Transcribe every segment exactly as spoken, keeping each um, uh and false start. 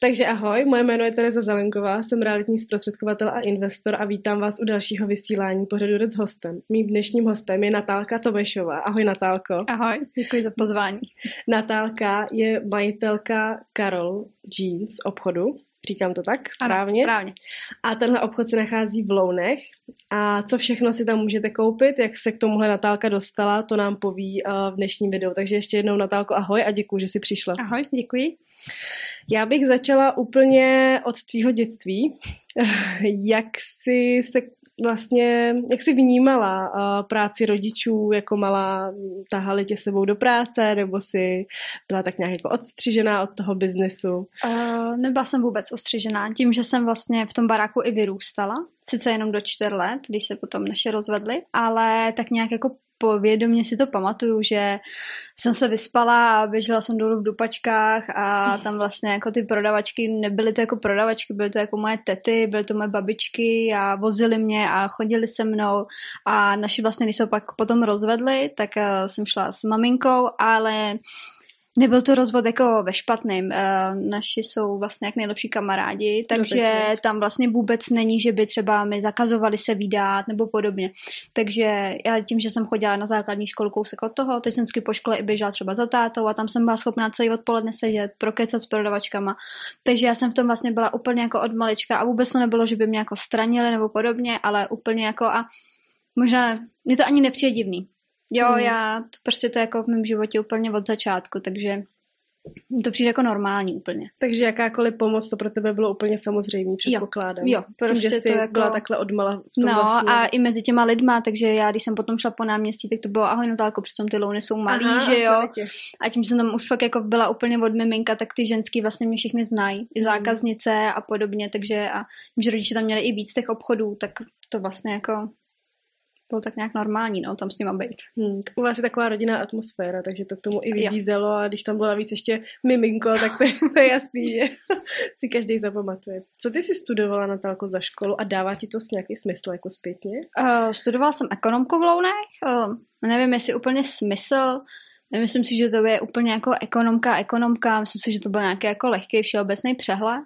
Takže ahoj, moje jméno je Tereza Zelenková, jsem realitní zprostředkovatel a investor a vítám vás u dalšího vysílání pořadu Rod s hostem. Mým dnešním hostem je Natálka Tomešová. Ahoj Natálko. Ahoj, děkuji za pozvání. Natálka je majitelka Karol Jeans obchodu, říkám to tak správně? Ano, správně. A tenhle obchod se nachází v Lounech. A co všechno si tam můžete koupit, jak se k tomuhle Natálka dostala, to nám poví v dnešním videu. Takže ještě jednou Natálko, ahoj a děkuji, že jsi přišla. Ahoj, děkuji. Já bych začala úplně od tvýho dětství. Jak jsi se vlastně, jak jsi vnímala uh, práci rodičů jako malá? Tahali tě sebou do práce, nebo jsi byla tak nějak jako odstřižená od toho biznesu? Uh, nebyla jsem vůbec odstřižená. Tím, že jsem vlastně v tom baráku i vyrůstala, sice jenom do čtyř let, když se potom naše rozvedli, ale tak nějak jako povědomě si to pamatuju, že jsem se vyspala a běžela jsem dolů v dupačkách a tam vlastně jako ty prodavačky, nebyly to jako prodavačky, byly to jako moje tety, byly to moje babičky a vozily mě a chodili se mnou a naši vlastně, když se pak potom rozvedli, tak uh, jsem šla s maminkou, ale nebyl to rozvod jako ve špatným. Uh, naši jsou vlastně jak nejlepší kamarádi, takže no, tam vlastně vůbec není, že by třeba mi zakazovali se vídat nebo podobně. Takže já tím, že jsem chodila na základní školu kousek od toho, teď jsem vždycky po škole i běžela třeba za tátou a tam jsem byla schopná celý odpoledne sedět, prokecat s prodavačkama. Takže já jsem v tom vlastně byla úplně jako od malička a vůbec to nebylo, že by mě jako stranili nebo podobně, ale úplně jako a možná mě to ani nepřijde divný. Jo, hmm. já to prostě to jako v mém životě úplně od začátku, takže to přijde jako normální úplně. Takže jakákoliv pomoc, to pro tebe bylo úplně samozřejmé, předpokládám. Jo, jo, prostě tím, že jsi to jako byla takhle odmala v tom no, vlastně. A i mezi těma lidma, takže já, když jsem potom šla po náměstí, tak to bylo ahoj Natálko, přece ty Louny jsou malý, Aha, že jo. Tě. A tím, že jsem tam už fakt jako byla úplně od miminka, tak ty ženský vlastně mě všechny znají, i zákaznice a podobně, takže a tím, že rodiče tam měli i víc těch obchodů, tak to vlastně jako bylo tak nějak normální, no, tam s nima být. Hmm, u vás je taková rodinná atmosféra, takže to k tomu i vybízelo a když tam bylo navíc ještě miminko, tak to je, to je jasný, že si každý zapamatuje. Co ty jsi studovala, Natálko, za školu a dává ti to nějaký smysl jako zpětně? Uh, studovala jsem ekonomku v Lounech, uh, nevím, jestli úplně smysl, nemyslím si, že to je úplně jako ekonomka, ekonomka, myslím si, že to byl nějaký jako lehký všeobecný přehled,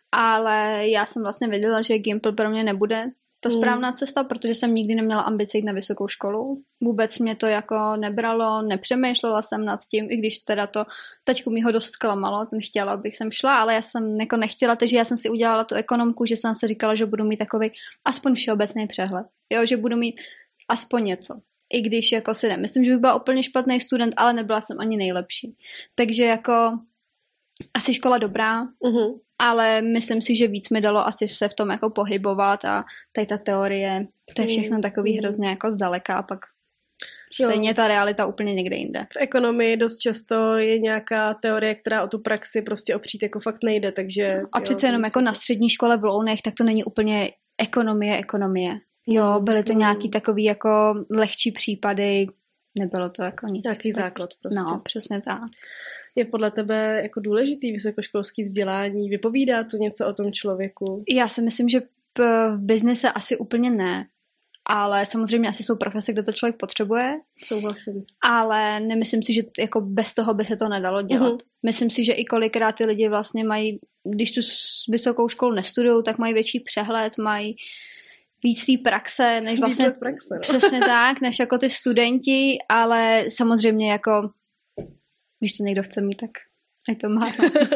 ale já jsem vlastně věděla, že Gimpl pro mě nebude ta správná cesta, protože jsem nikdy neměla ambice jít na vysokou školu. Vůbec mě to jako nebralo, nepřemýšlela jsem nad tím, i když teda to taťku mi ho dost klamalo, ten chtěla, abych sem šla, ale já jsem jako nechtěla, takže já jsem si udělala tu ekonomku, že jsem si říkala, že budu mít takový aspoň všeobecný přehled. Jo, že budu mít aspoň něco. I když jako si nemyslím, že bych byla úplně špatný student, ale nebyla jsem ani nejlepší. Takže jako asi škola dobrá, uh-huh. ale myslím si, že víc mi dalo asi se v tom jako pohybovat a tady ta teorie, to je všechno takový hrozně jako zdaleka a pak stejně jo. Ta realita úplně někde jinde. V ekonomii dost často je nějaká teorie, která o tu praxi prostě opřít jako fakt nejde, takže... A jo, přece jenom jako to... na střední škole v Lounech, tak to není úplně ekonomie, ekonomie. Jo, byly to mm. nějaký takový jako lehčí případy, nebylo to jako nic. Nějaký základ prostě. No, přesně tak. Je podle tebe jako důležitý vysokoškolský vzdělání? Vypovídá to něco o tom člověku? Já si myslím, že v biznise asi úplně ne. Ale samozřejmě asi jsou profese, kde to člověk potřebuje. Souhlasím. Ale nemyslím si, že jako bez toho by se to nedalo dělat. Uh-huh. Myslím si, že i kolikrát ty lidi vlastně mají, když tu vysokou školu nestudují, tak mají větší přehled, mají víc té praxe, než vlastně víc praxe, no. Přesně tak, než jako ty studenti, ale samozřejmě jako když to někdo chce mít, tak ať to má.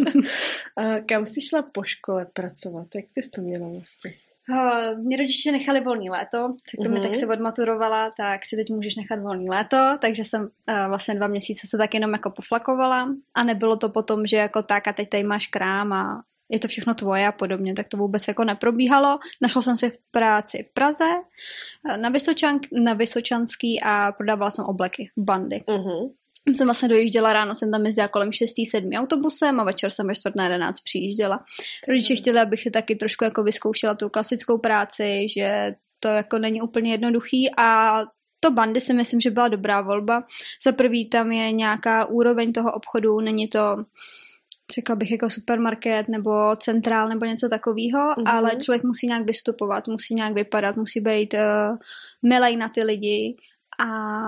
A kam jsi šla po škole pracovat? Jak ty jsi to měla vlastně? Uh, mě rodiče nechali volný léto, tak mi uh-huh. tak se odmaturovala, tak si teď můžeš nechat volný léto, takže jsem uh, vlastně dva měsíce se tak jenom jako poflakovala a nebylo to potom, že jako tak a teď tady máš krám a je to všechno tvoje a podobně, tak to vůbec jako neprobíhalo. Našla jsem si v práci v Praze na, Vysočan, na Vysočanský a prodávala jsem obleky v Bandy. Uh-huh. Jsem vlastně dojížděla, ráno jsem tam jezdila kolem šestý sedmý autobusem a večer jsem ve čtvrt na jedenáct přijížděla. Rodiče chtěli, abych si taky trošku jako vyzkoušela tu klasickou práci, že to jako není úplně jednoduchý a to Bandy si myslím, že byla dobrá volba. Za prvý tam je nějaká úroveň toho obchodu, není to řekla bych jako supermarket nebo centrál nebo něco takového, mm-hmm. ale člověk musí nějak vystupovat, musí nějak vypadat, musí být uh, milej na ty lidi a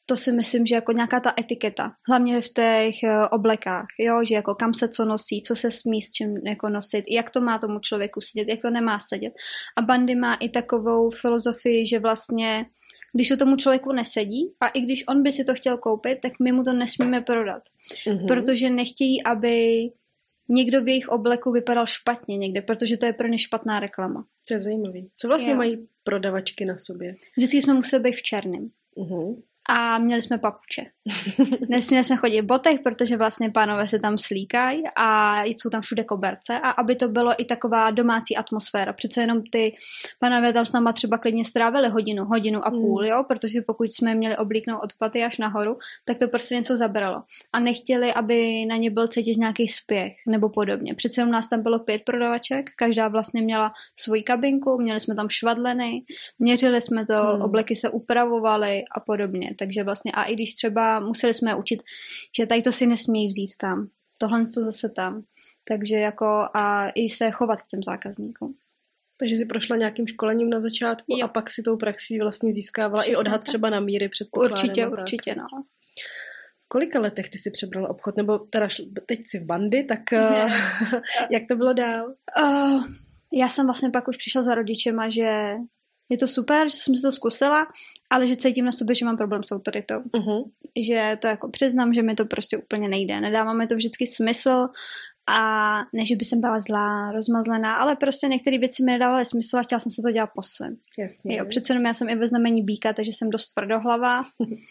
to si myslím, že jako nějaká ta etiketa, hlavně v těch oblekách, jo, že jako kam se co nosí, co se smí s čím jako nosit, jak to má tomu člověku sedět, jak to nemá sedět. A Bandy má i takovou filozofii, že vlastně, když to tomu člověku nesedí a i když on by si to chtěl koupit, tak my mu to nesmíme prodat. Mm-hmm. Protože nechtějí, aby někdo v jejich obleku vypadal špatně někde, protože to je pro ně špatná reklama. To je zajímavý. Co vlastně jo. mají prodavačky na sobě? Vždycky jsme museli být v černém. Uh-huh. A měli jsme papuče. Nesměli jsme chodit v botech, protože vlastně pánové se tam slíkají a jsou tam všude koberce a aby to bylo i taková domácí atmosféra. Přece jenom ty pánové tam s náma třeba klidně strávili hodinu, hodinu a půl, jo, protože pokud jsme měli oblíknout od paty až nahoru, tak to prostě něco zabralo. A nechtěli, aby na ně byl cítit nějaký spěch nebo podobně. Přece jenom nás tam bylo pět prodavaček, každá vlastně měla svoji kabinku, měli jsme tam švadleny, měřili jsme to, hmm. obleky se upravovaly a podobně. Takže vlastně a i když třeba museli jsme učit, že tady to si nesmí vzít tam, tohle to zase tam. Takže jako a i se chovat k těm zákazníkům. Takže si prošla nějakým školením na začátku jo. a pak si tou praxí vlastně získávala Přesně i odhad tak. třeba na míry předpokládám. Určitě, určitě, no. V kolika letech ty si přebrala obchod? Nebo teda teď si v Bandy, tak uh, jak to bylo dál? Uh, já jsem vlastně pak už přišla za rodičema, že je to super, že jsem si to zkusila, ale že cítím na sobě, že mám problém s autoritou. Uh-huh. Že to jako přiznám, že mi to prostě úplně nejde. Nedává mi to vždycky smysl a ne, že by jsem byla zlá, rozmazlená, ale prostě některé věci mi nedávaly smysl a chtěla jsem se to dělat po svém. Jasně. Jo, přece jenom já jsem i ve znamení býka, takže jsem dost tvrdohlavá.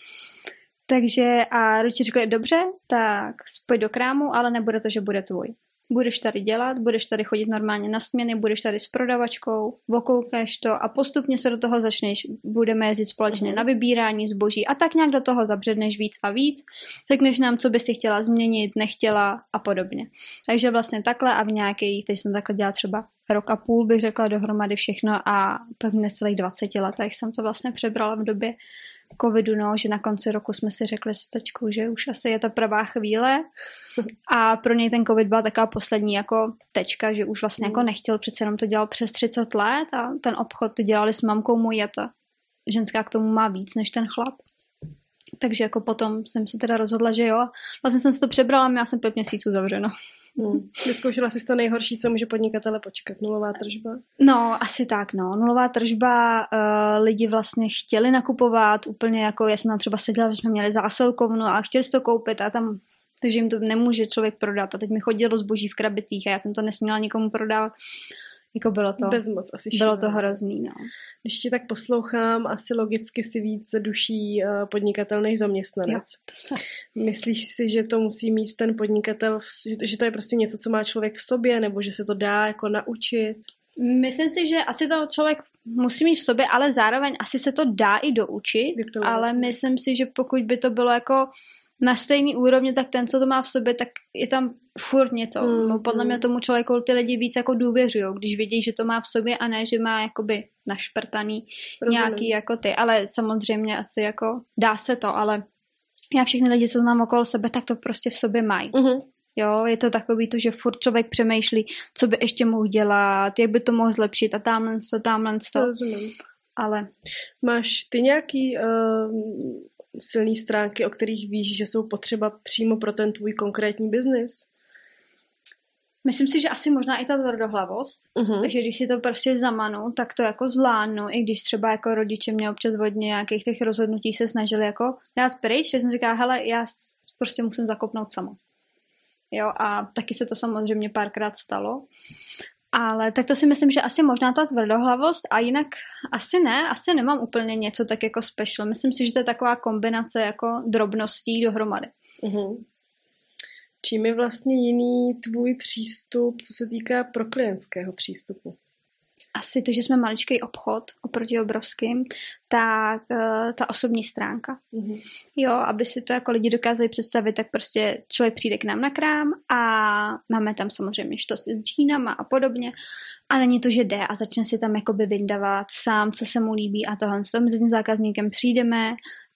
Takže a rodiče řekli, dobře, tak pojď do krámu, ale nebude to, že bude tvůj. Budeš tady dělat, budeš tady chodit normálně na směny, budeš tady s prodavačkou, okoukáš to a postupně se do toho začneš, budeme jezdit společně uh-huh. na vybírání zboží a tak nějak do toho zabředneš víc a víc, řekneš nám, co bys si chtěla změnit, nechtěla a podobně. Takže vlastně takhle a v nějakých, teď jsem takhle dělala třeba rok a půl, bych řekla dohromady všechno a pak v necelých dvaceti letech jsem to vlastně přebrala v době covidu, no, že na konci roku jsme si řekli s taťkou, že už asi je ta pravá chvíle a pro něj ten covid byla taková poslední jako tečka, že už vlastně mm. jako nechtěl, přece jenom to dělal přes třicet let a ten obchod to dělali s mamkou můj a ta ženská k tomu má víc než ten chlap. Takže jako potom jsem se teda rozhodla, že jo. Vlastně jsem si to přebrala, měla jsem pět měsíců zavřeno. Hmm. Vyzkoušela jsi to nejhorší, co může podnikatele počkat, nulová tržba? No, asi tak, no. Nulová tržba, uh, lidi vlastně chtěli nakupovat, úplně jako, já jsem tam třeba seděla, že jsme měli zásilkovnu a chtěli si to koupit a tam, takže jim to nemůže člověk prodat. A teď mi chodilo zboží v krabicích a já jsem to nesměla nikomu prodávat. Jako bylo to, Bezmoc asi bylo to hrozný, no. Když tě tak poslouchám, asi logicky si víc duší podnikatel než zaměstnanec. Jo, Myslíš si, že to musí mít ten podnikatel, že to je prostě něco, co má člověk v sobě, nebo že se to dá jako naučit? Myslím si, že asi to člověk musí mít v sobě, ale zároveň asi se to dá i doučit, Vyplovat. ale myslím si, že pokud by to bylo jako na stejný úrovni, tak ten, co to má v sobě, tak je tam furt něco. Mm, no, podle mm. mě tomu člověku ty lidi víc jako důvěřujou, když vidí, že to má v sobě a ne, že má jakoby našprtaný Rozumím. nějaký jako ty. Ale samozřejmě asi jako dá se to, ale já všechny lidi, co znám okolo sebe, tak to prostě v sobě mají. Mm-hmm. Jo, je to takový to, že furt člověk přemýšlí, co by ještě mohl dělat, jak by to mohl zlepšit a tamhle to, tamhle to. Rozumím. Ale máš ty nějaký uh, silné stránky, o kterých víš, že jsou potřeba přímo pro ten tvůj konkrétní biznis? Myslím si, že asi možná i ta tvrdohlavost, uh-huh. že když si to prostě zamanu, tak to jako zvládnu, i když třeba jako rodiče mě občas od nějakých těch rozhodnutí se snažili jako dát pryč, tak jsem říkala, hele, já prostě musím zakopnout sama. Jo, a taky se to samozřejmě párkrát stalo. Ale tak to si myslím, že asi možná ta tvrdohlavost a jinak asi ne, asi nemám úplně něco tak jako special. Myslím si, že to je taková kombinace jako drobností dohromady. Uh-huh. Čím je vlastně jiný tvůj přístup, co se týká proklientského přístupu? Asi to, že jsme maličký obchod oproti obrovským, tak uh, ta osobní stránka. Mm-hmm. Jo, aby si to jako lidi dokázali představit, tak prostě člověk přijde k nám na krám a máme tam samozřejmě štosy s džínama a podobně. A není to, že jde a začne si tam jakoby vyndavat sám, co se mu líbí a tohle. S tím zákazníkem přijdeme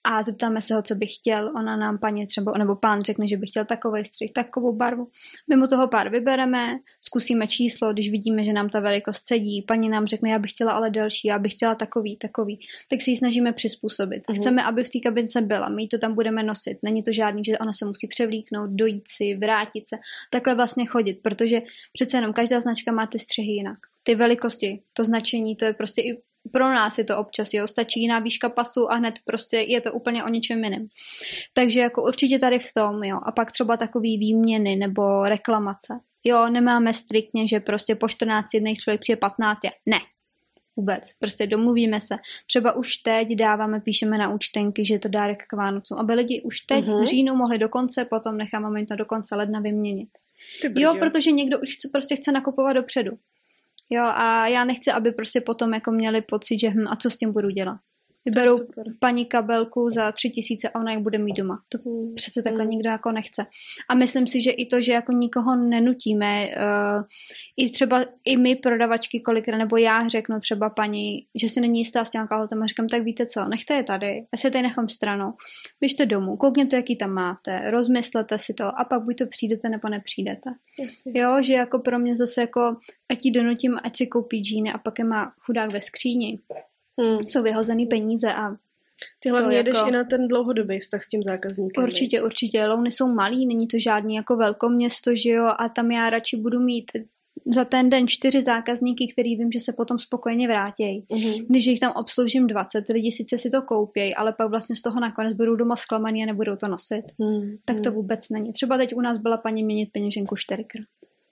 a zeptáme se ho, co by chtěl. Ona nám paní třeba, nebo pán řekne, že by chtěl takový střih, takovou barvu. My mu toho pár vybereme, zkusíme číslo, když vidíme, že nám ta velikost sedí. Paní nám řekne, já bych chtěla ale delší, já bych chtěla takový, takový. Tak si ji snažíme přizpůsobit. Mhm. Chceme, aby v té kabince byla, my ji to tam budeme nosit. Není to žádný, že ona se musí převlíknout, dojít si, vrátit se. Takhle vlastně chodit, protože přece jenom každá značka má ty střihy jinak. Ty velikosti, to značení, to je prostě i pro nás je to občas, jo, stačí jiná výška pasu a hned prostě je to úplně o něčem jiném. Takže jako určitě tady v tom, jo, a pak třeba takový výměny nebo reklamace. Jo, nemáme striktně, že prostě po čtrnácti dnech člověk přijde patnáct, ne. Vůbec. Prostě domluvíme se. Třeba už teď dáváme, píšeme na účtenky, že je to dárek k Vánocům, aby lidi už teď uh-huh. v říjnu mohli do konce, potom necháme jim to do konce ledna vyměnit. Jo, protože někdo už chce, prostě chce nakupovat dopředu. Jo, a já nechci, aby prostě potom jako měli pocit, že hm, a co s tím budu dělat. Vyberou paní kabelku za tři tisíce a ona jak bude mít doma. To mm. přece takhle mm. nikdo jako nechce. A myslím si, že i to, že jako nikoho nenutíme, uh, i třeba i my prodavačky kolikrát, nebo já řeknu třeba paní, že si není jistá s těm kalhotem a říkám, tak víte co, nechte je tady, já si je tady nechám stranou, běžte domů, koukněte, jaký tam máte, rozmyslete si to a pak buď to přijdete, nebo nepřijdete. Jasně. Jo, že jako pro mě zase jako, ať jí donutím, ať si koupí džíny a pak je má chudák ve skříni. Hmm. Jsou vyhozený peníze a ty hlavně jako... jedeš i na ten dlouhodobý vztah s tím zákazníkem. Určitě, ne? určitě. Louny jsou malý, není to žádný jako velkoměsto, že jo, a tam já radši budu mít za ten den čtyři zákazníky, který vím, že se potom spokojeně vrátějí. Mm-hmm. Když jich tam obsloužím dvacet, lidi sice si to koupějí, ale pak vlastně z toho nakonec budou doma zklamaný a nebudou to nosit. Mm-hmm. Tak to vůbec není. Třeba teď u nás byla paní měnit peněženku čtyřikrát.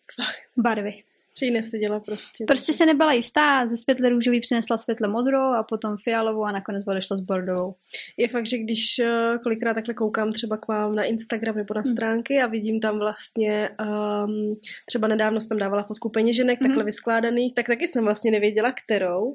Barvy. Či neseděla prostě. Prostě se nebyla jistá, ze světle růžový přinesla světle modrou a potom fialovou a nakonec odešla s bordovou. Je fakt, že když kolikrát takhle koukám třeba k vám na Instagram nebo na stránky hmm. a vidím tam vlastně um, třeba nedávno jsem tam dávala fotku peněženek, hmm. takhle vyskládaných, tak taky jsem vlastně nevěděla, kterou.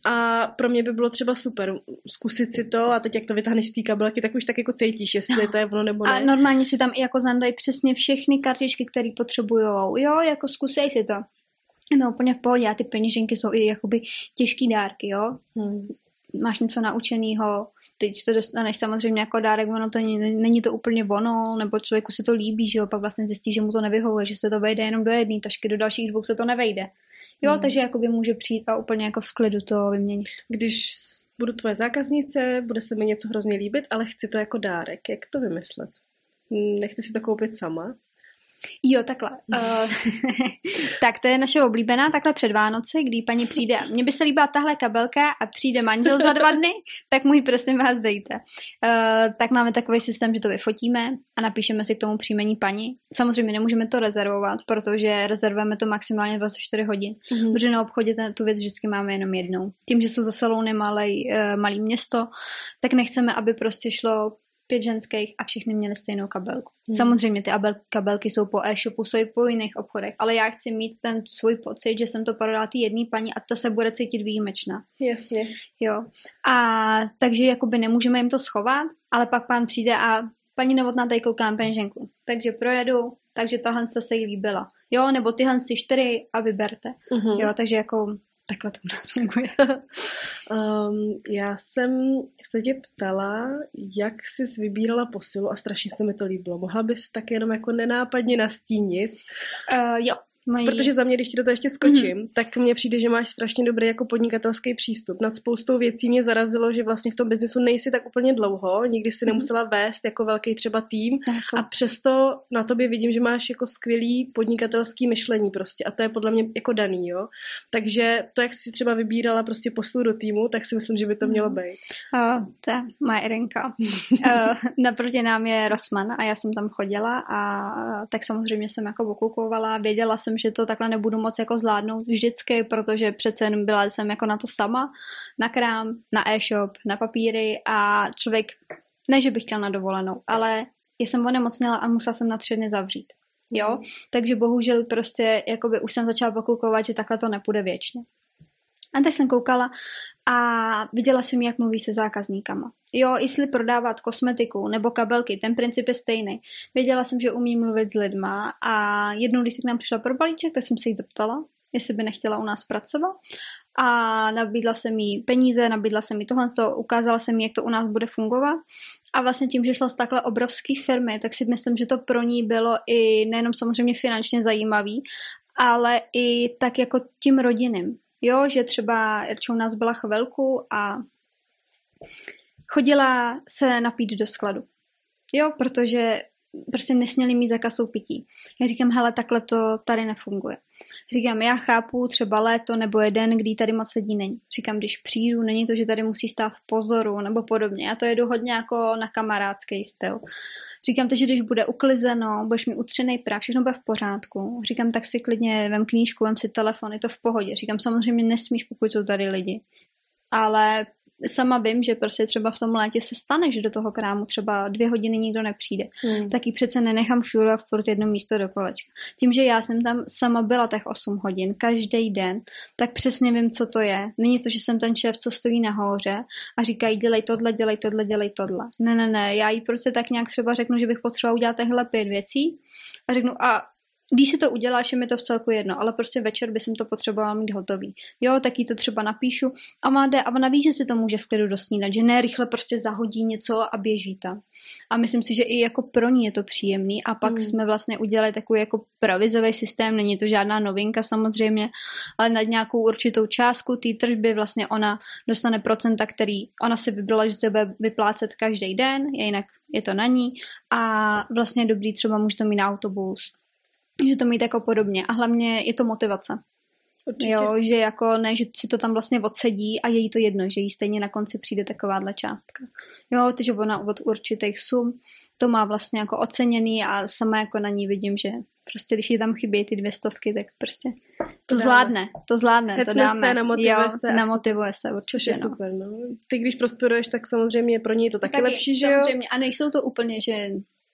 A pro mě by bylo třeba super zkusit si to a teď jak to vytáhneš z té kabelky, tak už tak jako cítíš, jestli no. to je ono nebo ne. A normálně si tam i jako zandají přesně všechny kartičky, které potřebujou. Jo, jako zkusej si to. No úplně v pohodě, a ty peněženky jsou i jakoby těžký dárky, jo. Hmm. Máš něco naučenýho, teď to dostaneš samozřejmě jako dárek, ono to není, není to úplně ono, nebo člověku se to líbí, že jo, pak vlastně zjistí, že mu to nevyhovuje, že se to vejde jenom do jedné tašky, do dalších dvou se to nevejde. Jo, hmm. takže jakoby může přijít a úplně jako v klidu to vyměnit. Když budu tvoje zákaznice, bude se mi něco hrozně líbit, ale chci to jako dárek, jak to vymyslet? Nechci si to koupit sama? Jo, takhle. Uh, tak to je naše oblíbená takhle před Vánoci, kdy paní přijde, mně by se líbila tahle kabelka a přijde manžel za dva dny, tak mu ji prosím vás dejte. Uh, tak máme takový systém, že to vyfotíme a napíšeme si k tomu příjmení paní. Samozřejmě nemůžeme to rezervovat, protože rezervujeme to maximálně dvacet čtyři hodin, mm-hmm. protože na obchodě ten, tu věc vždycky máme jenom jednou. Tím, že jsou zase Louny malý, uh, malý město, tak nechceme, aby prostě šlo pět ženských a všichni měli stejnou kabelku. Hmm. Samozřejmě ty kabelky jsou po e-shopu, jsou i po jiných obchodech, ale já chci mít ten svůj pocit, že jsem to prodala ty jedné paní a ta se bude cítit výjimečná. Jasně. Jo. A takže jakoby nemůžeme jim to schovat, ale pak pán přijde a paní Novotná tady koukám peněženku. Takže projedu, takže tahle se jí líbila. Jo, nebo tyhle si čtyři a vyberte. Uh-huh. Jo, takže jako takhle to u nás funguje. um, já jsem se tě ptala, jak jsi vybírala posilu a strašně se mi to líbilo. Mohla bys tak jenom jako nenápadně nastínit? Uh, jo. Mojí... Protože za mě, když ti do toho ještě skočím, mm. tak mně přijde, že máš strašně dobrý jako podnikatelský přístup. Nad spoustou věcí mě zarazilo, že vlastně v tom biznesu nejsi tak úplně dlouho, nikdy si mm. nemusela vést jako velký třeba tým tak. A přesto na tobě vidím, že máš jako skvělý podnikatelský myšlení prostě a to je podle mě jako daný, jo. Takže to, jak jsi třeba vybírala prostě poslu do týmu, tak si myslím, že by to mělo být. Uh, to je moje Irenka. uh, naproti nám je Rossmann a já jsem tam chodila a tak samozřejmě jsem jako okoukovala, věděla jsem, že to takhle nebudu moc jako zvládnout vždycky, protože přece jen byla jsem jako na to sama, na krám, na e-shop, na papíry a člověk, ne, že bych chtěl na dovolenou, ale já jsem onemocněla a musela jsem na tři dny zavřít. Jo? Takže bohužel prostě jakoby už jsem začala pokoukovat, že takhle to nepůjde věčně. A tak jsem koukala a viděla jsem, jak mluví se zákazníkama. Jo, jestli prodávat kosmetiku nebo kabelky, ten princip je stejný. Věděla jsem, že umí mluvit s lidma a jednou, když se k nám přišla pro balíček, tak jsem se jí zeptala, jestli by nechtěla u nás pracovat. a nabídla jsem jí peníze, nabídla jsem jí tohle, to, ukázala jsem jí, jak to u nás bude fungovat. A vlastně tím, že šla z takhle obrovské firmy, tak si myslím, že to pro ní bylo i nejenom samozřejmě finančně zajímavý, ale i tak jako tím rodinným. Jo, že třeba Irča u nás byla chvilku a chodila se napít do skladu. Jo, protože prostě nesměli mít zakazou pití. Já říkám, hele, takhle to tady nefunguje. Říkám, já chápu třeba léto nebo jeden, kdy tady moc lidí není. Říkám, když přijdu, není to, že tady musí stát v pozoru nebo podobně. Já to jedu hodně jako na kamarádský styl. Říkám, takže když bude uklizeno, budeš mi utřenej prach, všechno bude v pořádku. Říkám, tak si klidně vem knížku, vem si telefon, je to v pohodě. Říkám, samozřejmě nesmíš, pokud jsou tady lidi. Ale sama vím, že prostě třeba v tom létě se stane, že do toho krámu třeba dvě hodiny nikdo nepřijde. Hmm. Tak ji přece nenechám šurovat furt jedno místo do kolečka. Tím, že já jsem tam sama byla těch osm hodin, každý den, tak přesně vím, co to je. Není to, že jsem ten šéf, co stojí nahoře a říkají, dělej tohle, dělej tohle, dělej tohle. Ne, ne, ne, já jí prostě tak nějak třeba řeknu, že bych potřebovala udělat těchhle pět věcí a řeknu, a když si to uděláš, je mi to v celku jedno, ale prostě večer by jsem to potřebovala mít hotový. Jo, tak jí to třeba napíšu a má jde, a ona ví, že si to může v klidu dosnídat, že ne rychle prostě zahodí něco a běží tam. A myslím si, že i jako pro ní je to příjemný a pak hmm. jsme vlastně udělali takový jako provizový systém, není to žádná novinka samozřejmě, ale nad nějakou určitou částku té tržby vlastně ona dostane procenta, který ona si vybrala, že se bude vyplácet každý den, jinak je to na ní a vlastně dobrý třeba může to mít na autobus. Že to mít jako podobně. A hlavně je to motivace. Určitě. Jo, že jako ne, že si to tam vlastně odsedí a je jí to jedno, že jí stejně na konci přijde takováhle částka. Jo, takže ona od určitých sum to má vlastně jako oceněný a sama jako na ní vidím, že prostě když jí tam chybí ty dvě stovky, tak prostě to, to zvládne, to zvládne, Hecne to dáme. Se, namotivuje jo, se. namotivuje se určitě. Což je no. super, no. Ty když prosperuješ, tak samozřejmě pro ní je to taky, taky lepší, že jo? Samozřejmě. A nejsou to úplně, že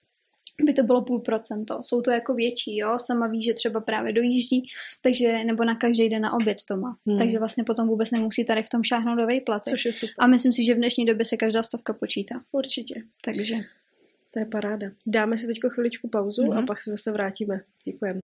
by to bylo půl procento. Jsou to jako větší, jo. Sama ví, že třeba právě dojíždí, takže nebo na každý den na oběd to má. Hmm. Takže vlastně potom vůbec nemusí tady v tom šáhnout do výplaty. Což je super. A myslím si, že v dnešní době se každá stovka počítá. Určitě. Takže. To je paráda. Dáme si teďko chviličku pauzu mm-hmm. a pak se zase vrátíme. Děkujeme.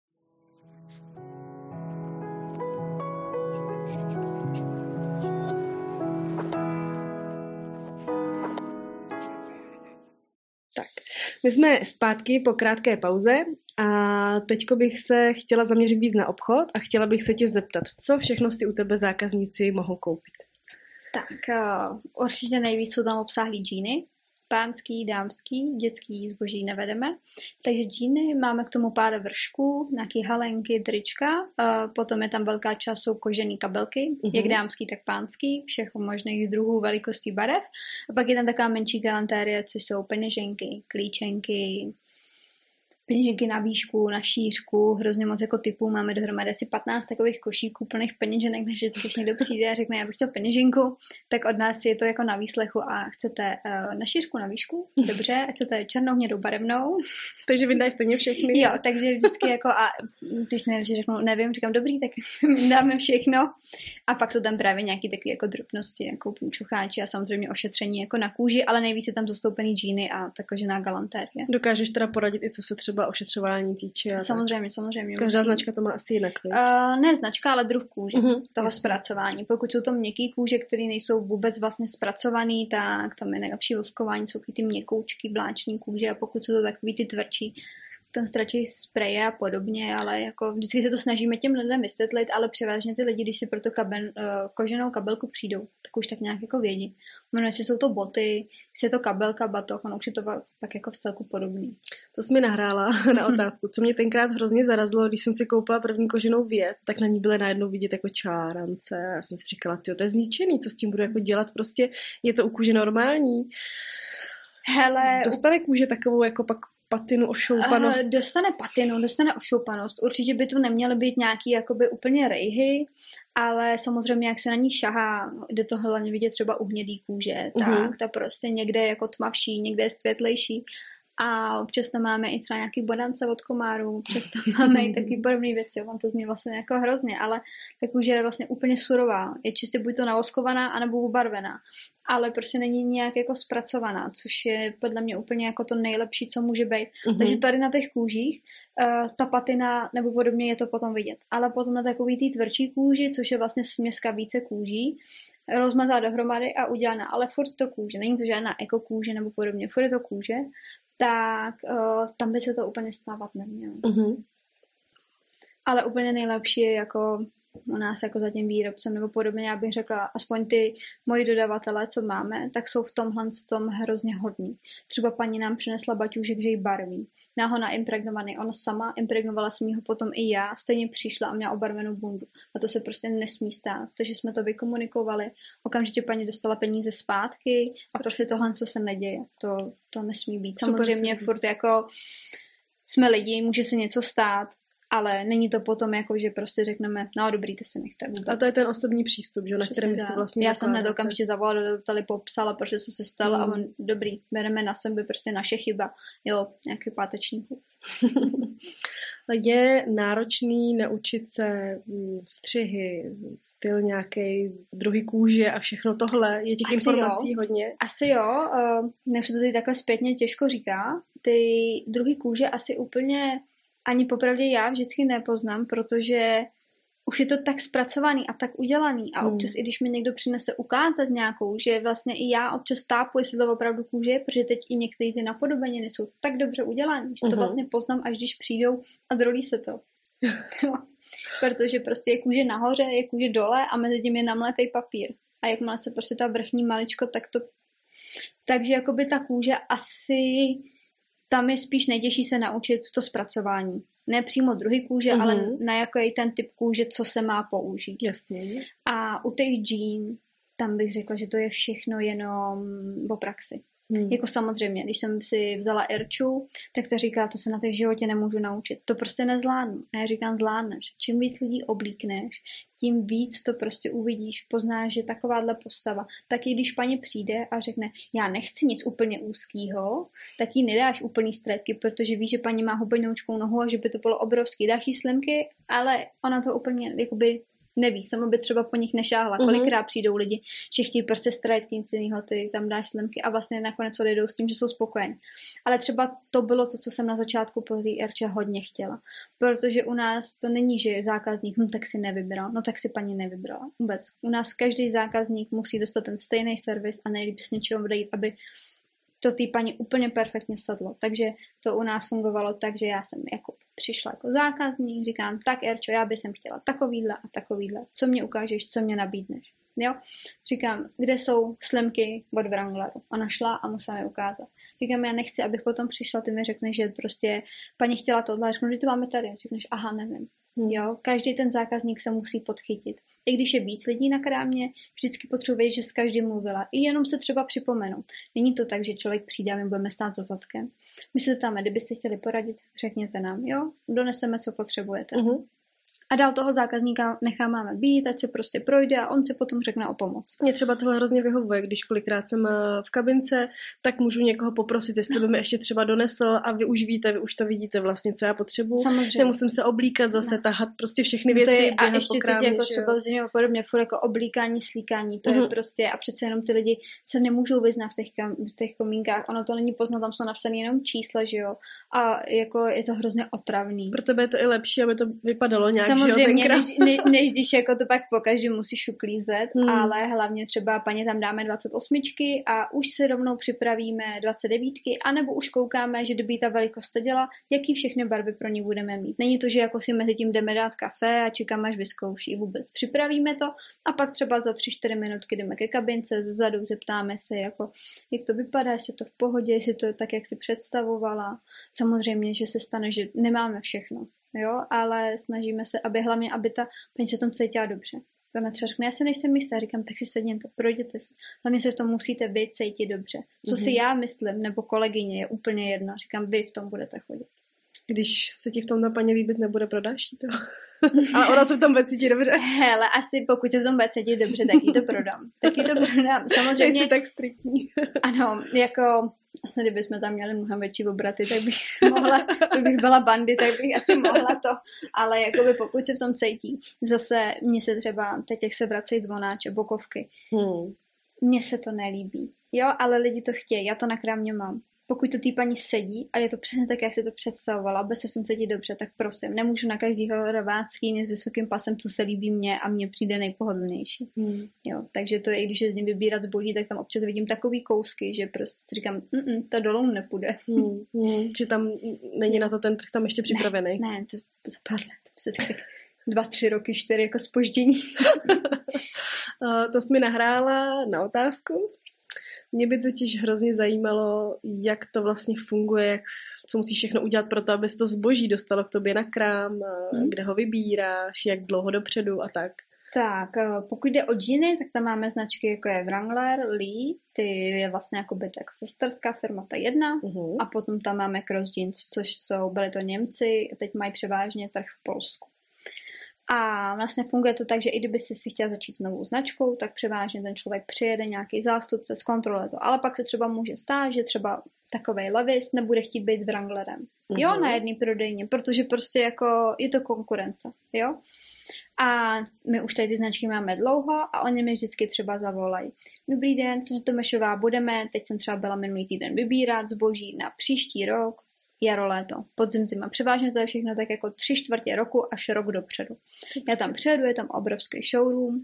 Tak, my jsme zpátky po krátké pauze a teďko bych se chtěla zaměřit víc na obchod a chtěla bych se tě zeptat, co všechno si u tebe zákazníci mohou koupit? Tak, uh, určitě nejvíc jsou tam obsáhlý džíny, pánský, dámský, dětský zboží nevedeme. Takže džíny, máme k tomu pár vršků, nějaký halenky, trička, uh, potom je tam velká část, jsou kožený kabelky, uh-huh. jak dámský, tak pánský, všech možných druhů, velikostí, barev. A pak je tam taková menší galantérie, což jsou peněženky, klíčenky, peněženky na výšku, na šířku, hrozně moc jako typů, máme dohromady asi patnáct takových košíků plných peněženek, takže vždycky, když někdo přijde a řekne, já bych chtěl peněženku, tak od nás je to jako na výslechu a chcete uh, na šířku, na výšku, dobře, a chcete černou, hnědou, barevnou. Takže vydají stejně všechny. Jo, takže vždycky jako a když ne, řeknu, nevím, říkám dobrý, tak dáme všechno. A pak jsou tam právě nějaké takové jako drobnosti, jako čucháči a samozřejmě ošetření jako na kůži, ale nejvíc je tam zastoupený džíny a ta kožená galantérie. Dokážeš teda poradit i co se třeba ošetřování týče. Samozřejmě, tak. samozřejmě. Každá musí. Značka to má asi jinak. Uh, ne značka, ale druh kůže, uh-huh, toho jasný. Zpracování. Pokud jsou to měkký kůže, které nejsou vůbec vlastně zpracovaný, tak tam je nejlepší voskování, jsou ty měkoučky, vláční kůže a pokud jsou to takový ty tvrdší, tam stačí spreje a podobně, ale jako vždycky se to snažíme těm lidem vysvětlit, ale převážně ty lidi, když si pro tu kaben, uh, koženou kabelku přijdou, tak už tak nějak jako vědí. Jmenuje, jestli jsou to boty, jestli je to kabelka, batoh, ono už je to tak jako v celku podobný. To jsi mi nahrála na otázku. Co mě tenkrát hrozně zarazilo, když jsem si koupila první koženou věc, tak na ní byly najednou vidět jako čárance. Já jsem si říkala, tyjo, to je zničený, co s tím budu jako dělat, prostě je to u kůže normální. Hele, dostane kůže takovou jako pak patinu, ošoupanost. Uh, dostane patinu, dostane ošoupanost. Určitě by to neměly být nějaký jakoby úplně rejhy, ale samozřejmě jak se na ní šahá, jde to hlavně vidět třeba u hnědý kůže, uh-huh. tak ta prostě někde je jako tmavší, někde je světlejší. a občas tam máme i třeba nějaký bodance od komárů, občas tam máme i taky podobné věci, on to zní vlastně jako hrozně, ale ta kůže je vlastně úplně surová, je čistě buď to navoskovaná, anebo ubarvená, ale prostě není nějak jako zpracovaná, což je podle mě úplně jako to nejlepší, co může být. Mm-hmm. Takže tady na těch kůžích uh, ta patina nebo podobně je to potom vidět, ale potom na takový té tvrdší kůži, což je vlastně směska více kůží, rozmazá dohromady a udělaná, ale furt to kůže, není to žádná ekokůže nebo podobně, furt je to kůže, tak uh, tam by se to úplně stávat nemělo. Mm-hmm. Ale úplně nejlepší je jako u nás jako za tím výrobcem nebo podobně, já bych řekla, aspoň ty moji dodavatelé, co máme, tak jsou v tomhle tom hrozně hodní. Třeba paní nám přinesla baťůžek, že ji barví. Já ho naimpregnovaný, ona sama, impregnovala jsem ho potom i já, stejně přišla a měla obarvenou bundu. A to se prostě nesmí stát. Takže jsme to vykomunikovali, okamžitě paní dostala peníze zpátky a prostě tohle, co se neděje. To, to nesmí být. Samozřejmě furt jako jsme lidi, může se něco stát, ale není to potom jako, že prostě řekneme, no dobrý, to se nechte vůbec. A to je ten osobní přístup, že, na kterém si vlastně já jsem hned okamžitě zavolala, dodali popsala, protože co se stalo mm. a on, dobrý, bereme na sebe, prostě naše chyba. Jo, nějaký páteční kus. Je náročný naučit se střihy, styl nějaký, druhý kůže a všechno tohle. Je těch Asi informací jo. hodně? Asi jo, uh, než se to tady takhle zpětně těžko říká. Ty druhý kůže asi úplně ani popravdě já vždycky nepoznám, protože už je to tak zpracovaný a tak udělaný a občas hmm. i když mi někdo přinese ukázat nějakou, že vlastně i já občas tápu, jestli to opravdu kůže je, protože teď i některé ty napodobeniny jsou tak dobře udělané, že to hmm. vlastně poznám, až když přijdou a drolí se to. Protože prostě je kůže nahoře, je kůže dole a mezi tím je namletej papír. A jakmile se prostě ta vrchní maličko, tak to... Takže jakoby ta kůže asi... Tam je spíš nejtěžší se naučit to zpracování. Ne přímo druhý kůže, mm-hmm. ale na jaký ten typ kůže, co se má použít. Jasně. A u těch džín, tam bych řekla, že to je všechno jenom o praxi. Hmm. Jako samozřejmě, když jsem si vzala Irču, tak ta říká, to se na té v životě nemůžu naučit. To prostě nezvládnu. A já říkám, zvládneš. Čím víc lidí oblíkneš, tím víc to prostě uvidíš, poznáš, že takováhle postava. Tak i když paní přijde a řekne, já nechci nic úplně úzkýho, tak jí nedáš úplný stretky, protože víš, že paní má hubenoučkou nohu a že by to bylo obrovský. Dáš jí slimky, ale ona to úplně jakoby neví, sama by třeba po nich nešáhla. Mm-hmm. Kolikrát přijdou lidi, že chtějí prostě strajtky, nic jiného, ty tam dáš slimky a vlastně nakonec odejdou s tím, že jsou spokojení. Ale třeba to bylo to, co jsem na začátku po té Erče hodně chtěla. Protože u nás to není, že zákazník, hm, tak si nevybral, no tak si paní nevybrala. Vůbec. U nás každý zákazník musí dostat ten stejný servis a nejlíp s něčeho odejít, aby to té paní úplně perfektně sedlo. Takže to u nás fungovalo tak, že já jsem jako přišla jako zákazník, říkám, tak Erčo, já bych chtěla takovýhle a takovýhle. Co mě ukážeš, co mě nabídneš? Jo? Říkám, kde jsou slimky od Wrangleru? Ona šla a musela mi ukázat. Říkám, já nechci, abych potom přišla, ty mi řekneš, že prostě paní chtěla tohle, řeknu, že to máme tady. Řekneš, aha, nevím. Jo? Každý ten zákazník se musí podchytit. I když je víc lidí na krámě, vždycky potřebuji vědět, že s každým mluvila. I jenom se třeba připomenout. Není to tak, že člověk přijde a my budeme stát za zadkem. My se tam, kdybyste chtěli poradit, řekněte nám, jo, doneseme, co potřebujete. Uh-huh. A dál toho zákazníka necháme být, ať se prostě projde a on si potom řekne o pomoc. Mě třeba toho hrozně vyhovuje, když kolikrát jsem v kabince, tak můžu někoho poprosit, jestli by mi ještě třeba donesl a vy už víte, vy už to vidíte vlastně, co já potřebuji. Samozřejmě. Nemusím se oblíkat, zase ne. tahat prostě všechny věci. No to je, a ještě teď jako třeba v zimě a podobně, furt jako oblíkání, slíkání, to mm-hmm. je prostě a přece jenom ty lidi se nemůžou vyznat v těch, v těch komínkách, ono to není poznat, tam jsou napsané jenom čísla, že jo, a jako je to hrozně otravný. Pro tebe je to i lepší, aby to vypadalo nějak. Samozřejmě, než, ne, než když jako to pak pokaždé musíš uklízet, hmm. ale hlavně třeba paní tam dáme dvacet osm a už se rovnou připravíme dvacet devět, anebo už koukáme, že kdyby ta velikost seděla, jaký všechny barvy pro ní budeme mít. Není to, že jako si mezi tím jdeme dát kafe a čekáme, až vyzkouší vůbec. Připravíme to a pak třeba za tři čtyři minutky jdeme ke kabince, zezadu zeptáme se, jako, jak to vypadá, jestli to v pohodě, jestli to je tak, jak si představovala. Samozřejmě, že se stane, že nemáme všechno. Jo, ale snažíme se, aby hlavně, aby ta paní se tom cítila dobře. Ona třeba řekne, já se nejsem jistá, říkám, tak si sedněte, projděte si. Hlavně se v tom musíte vy cítit dobře. Co mm-hmm. si já myslím, nebo kolegyně, je úplně jedno. Říkám, vy v tom budete chodit. Když se ti v tom na paní líbit nebude, prodáš to. Ale ona se v tom bude cítit dobře. Hele, asi pokud se v tom bude cítit dobře, tak jí to prodám. Tak jí to prodám. Samozřejmě. Nejsi tak striktní. Ano, jako Kdybychom tam měli mnohem větší obraty, tak bych mohla, kdybych byla bandy, tak bych asi mohla to, ale jakoby pokud se v tom cítí. Zase mně se třeba, teď jak se vracejí zvonáče, bokovky, hmm. mně se to nelíbí. Jo, ale lidi to chtějí, já to na krámě mám. Pokud to tý paní sedí a je to přesně tak, jak si to představovala, bez se v tom cítí dobře, tak prosím, nemůžu na každýho rvát skýně s vysokým pasem, co se líbí mně a mně přijde nejpohodlnější. Hmm. Jo, takže to i když je z něm vybírat zboží, tak tam občas vidím takový kousky, že prostě si říkám, to dolů nepůjde. Hmm. Hmm. Že tam není na to ten trh tam ještě připravený. Ne, ne, to za pár let, se tak dva, tři roky, čtyři jako zpoždění. To jsi mi nahrála na otázku. Mě by totiž hrozně zajímalo, jak to vlastně funguje, jak, co musíš všechno udělat pro to, abys to zboží dostalo k tobě na krám, hmm. kde ho vybíráš, jak dlouho dopředu a tak. Tak, pokud jde o džíny, tak tam máme značky jako je Wrangler, Lee, ty je vlastně jako by jako sesterská firma, ta jedna, uh-huh. a potom tam máme Cross Jeans, což jsou, byli to Němci, teď mají převážně trh v Polsku. A vlastně funguje to tak, že i kdyby si si chtěla začít s novou značkou, tak převážně ten člověk přijede nějaký zástupce, zkontroluje to. Ale pak se třeba může stát, že třeba takovej levis nebude chtít být s Wranglerem. Jo, mm-hmm. na jedný prodejně, protože prostě jako je to konkurence, jo. A my už tady ty značky máme dlouho a oni mi vždycky třeba zavolají. Dobrý den, jsem Tomešová, budeme, teď jsem třeba byla minulý týden vybírat zboží na příští rok, jaro, léto, podzim, zima. Převážně to je všechno tak jako tři čtvrtě roku až rok dopředu. Já tam přijedu, je tam obrovský showroom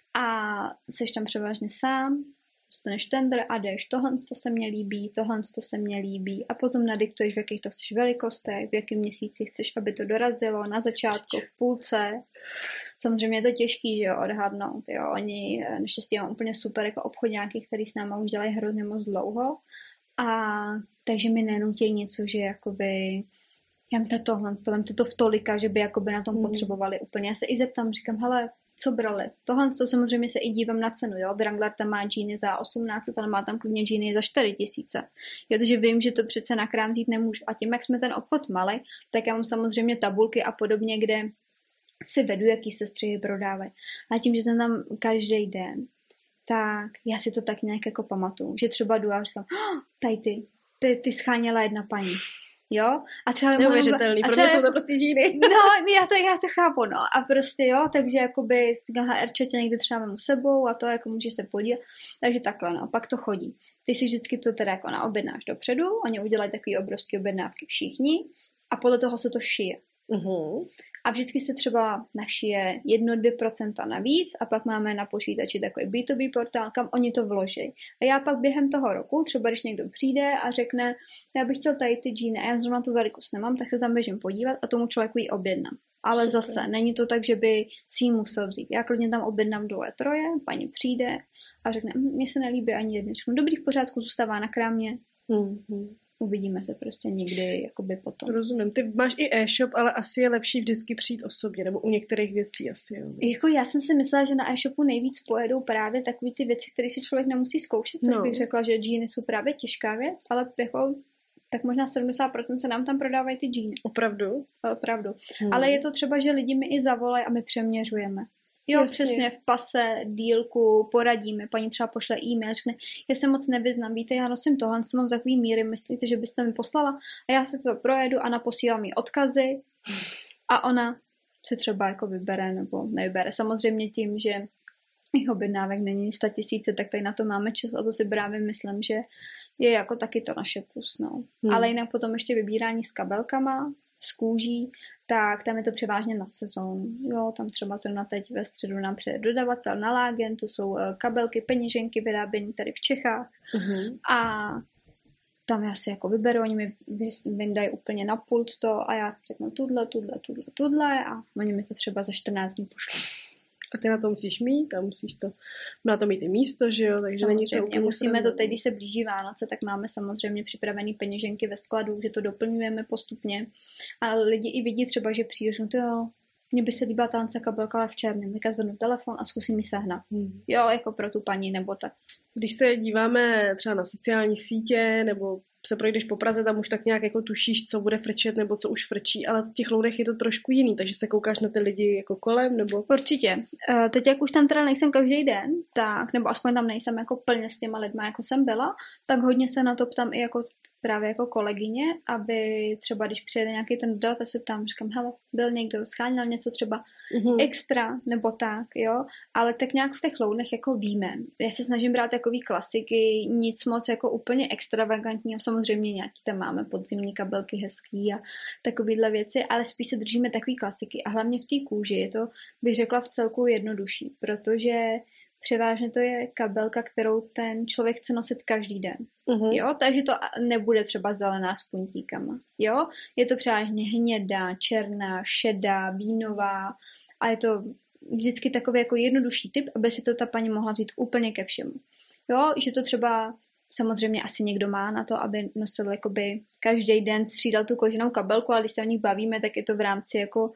a seš tam převážně sám, dostaneš tender a jdeš, tohle to se mně líbí, tohle to se mně líbí a potom nadiktuješ, v jakých to chceš velikostech, v jakém měsíci chceš, aby to dorazilo, na začátku, v půlce. Samozřejmě je to těžký, že jo, odhadnout, jo. Oni naštěstí mám úplně super jako obchodňáky, který s náma už dělají hrozně moc dlouho. A takže mi nenutí něco, že jakoby vemte tohle, vemte to v tolika, že by jakoby na tom hmm. potřebovali úplně. Já se i zeptám, říkám, hele, co brali? Tohle, co samozřejmě se i dívám na cenu, jo. Wrangler tam má džíny za osmnáct set, ale má tam klidně džíny za čtyři tisíce. Jo, takže vím, že to přece na krám vzít nemůžu. A tím, jak jsme ten obchod mali, tak já mám samozřejmě tabulky a podobně, kde si vedu, jaký se střihy prodávají. A tím, že jsem tam každý den, tak já si to tak nějak jako pamatuju, že třeba jdu a říkám, oh, tady ty, ty, ty scháněla jedna paní, jo? A třeba neuvěřitelný, pro mě jsou to prostě džíny. No, já to, já to chápu, no. A prostě jo, takže jakoby HRčo tě někdy třeba mám s sebou a to jako můžeš se podívat. Takže takhle, no, pak to chodí. Ty si vždycky to teda jako naobjednáš dopředu, oni udělají takový obrovský objednávky všichni a podle toho se to šije. Uh-huh. A vždycky se třeba našije jedno, dvě procenta navíc a pak máme na počítači takový bé dvě bé portál, kam oni to vloží. A já pak během toho roku, třeba když někdo přijde a řekne, já bych chtěl tady ty džíny a já zrovna tu velikost nemám, tak se tam běžím podívat a tomu člověku ji objednám. Ale super. Zase, není to tak, že by si ji musel vzít. Já klidně tam objednám dvoje, troje, paní přijde a řekne, mně se nelíbí ani jeden. Dobrý, v pořádku, zůstává na krámě. Hmm. Uvidíme se prostě někdy jakoby potom. Rozumím. Ty máš i e-shop, ale asi je lepší vždycky přijít osobně, nebo u některých věcí asi. Jo. Jako já jsem si myslela, že na e-shopu nejvíc pojedou právě takové ty věci, které si člověk nemusí zkoušet. Tak no. bych řekla, že džíny jsou právě těžká věc, ale jako tak možná sedmdesát procent se nám tam prodávají ty džíny. Opravdu? Opravdu. Hmm. Ale je to třeba, že lidi mi i zavolají a my přeměřujeme. Jo, jasně. Přesně, v pase, dílku, poradíme, paní třeba pošle e-mail, řekne, já se moc nevyznám, víte, já nosím tohle, to mám takový míry, myslíte, že byste mi poslala? A já se to projedu a naposílám jí odkazy a ona si třeba jako vybere nebo nevybere. Samozřejmě tím, že jich objednávek není sto tisíce, tak tady na to máme čas a to si právě myslím, že je jako taky to naše plus, no. Hmm. Ale jinak potom ještě vybírání s kabelkama, z kůží, tak tam je to převážně na sezónu. Jo, tam třeba zrovna teď ve středu nám přijde dodavatel na Lágen, to jsou kabelky, peněženky vyrábění tady v Čechách. Uh-huh. A tam já si jako vyberu, oni mi vyndají úplně na pult to a já si řeknu tudle, tudle, tudle, tudle a oni mi to třeba za čtrnáct dní pošlou. A ty na to musíš mít a musíš to, na to mít i místo, že jo, takže není to úplně musíme to teď, když se blíží Vánoce, tak máme samozřejmě připravený peněženky ve skladu, že to doplňujeme postupně, ale lidi i vidí třeba, že přijde, no to jo, mně by se líbila ta kabelka, ale v černém, tak zvednu telefon a zkusím ji sehnat. Hmm. Jo, jako pro tu paní nebo tak. Když se díváme třeba na sociální sítě nebo se projdeš po Praze, tam už tak nějak jako tušíš, co bude frčet nebo co už frčí, ale v těch Lounech je to trošku jiný, takže se koukáš na ty lidi jako kolem, nebo... Určitě. Teď, jak už tam teda nejsem každý den, tak, nebo aspoň tam nejsem jako plně s těma lidma, jako jsem byla, tak hodně se na to ptám i jako právě jako kolegyně, aby třeba, když přijede nějaký ten dodavatel, se ptám, říkám, hele, byl někdo, scháněl něco třeba mm-hmm. extra, nebo tak, jo, ale tak nějak v těch Lounech jako víme. Já se snažím brát takový klasiky, nic moc jako úplně extravagantního, samozřejmě nějaký tam máme podzimní kabelky hezký a takovýhle věci, ale spíš se držíme takový klasiky a hlavně v té kůži je to, bych řekla, v celku jednodušší, protože převážně to je kabelka, kterou ten člověk chce nosit každý den. Uh-huh. Jo, takže to nebude třeba zelená s puntíkama. Jo, je to převážně hnědá, černá, šedá, vínová a je to vždycky takový jako jednodušší typ, aby si to ta paní mohla vzít úplně ke všemu. Jo, že to třeba samozřejmě asi někdo má na to, aby nosil jakoby každý den střídal tu koženou kabelku, ale když se o nich bavíme, tak je to v rámci jako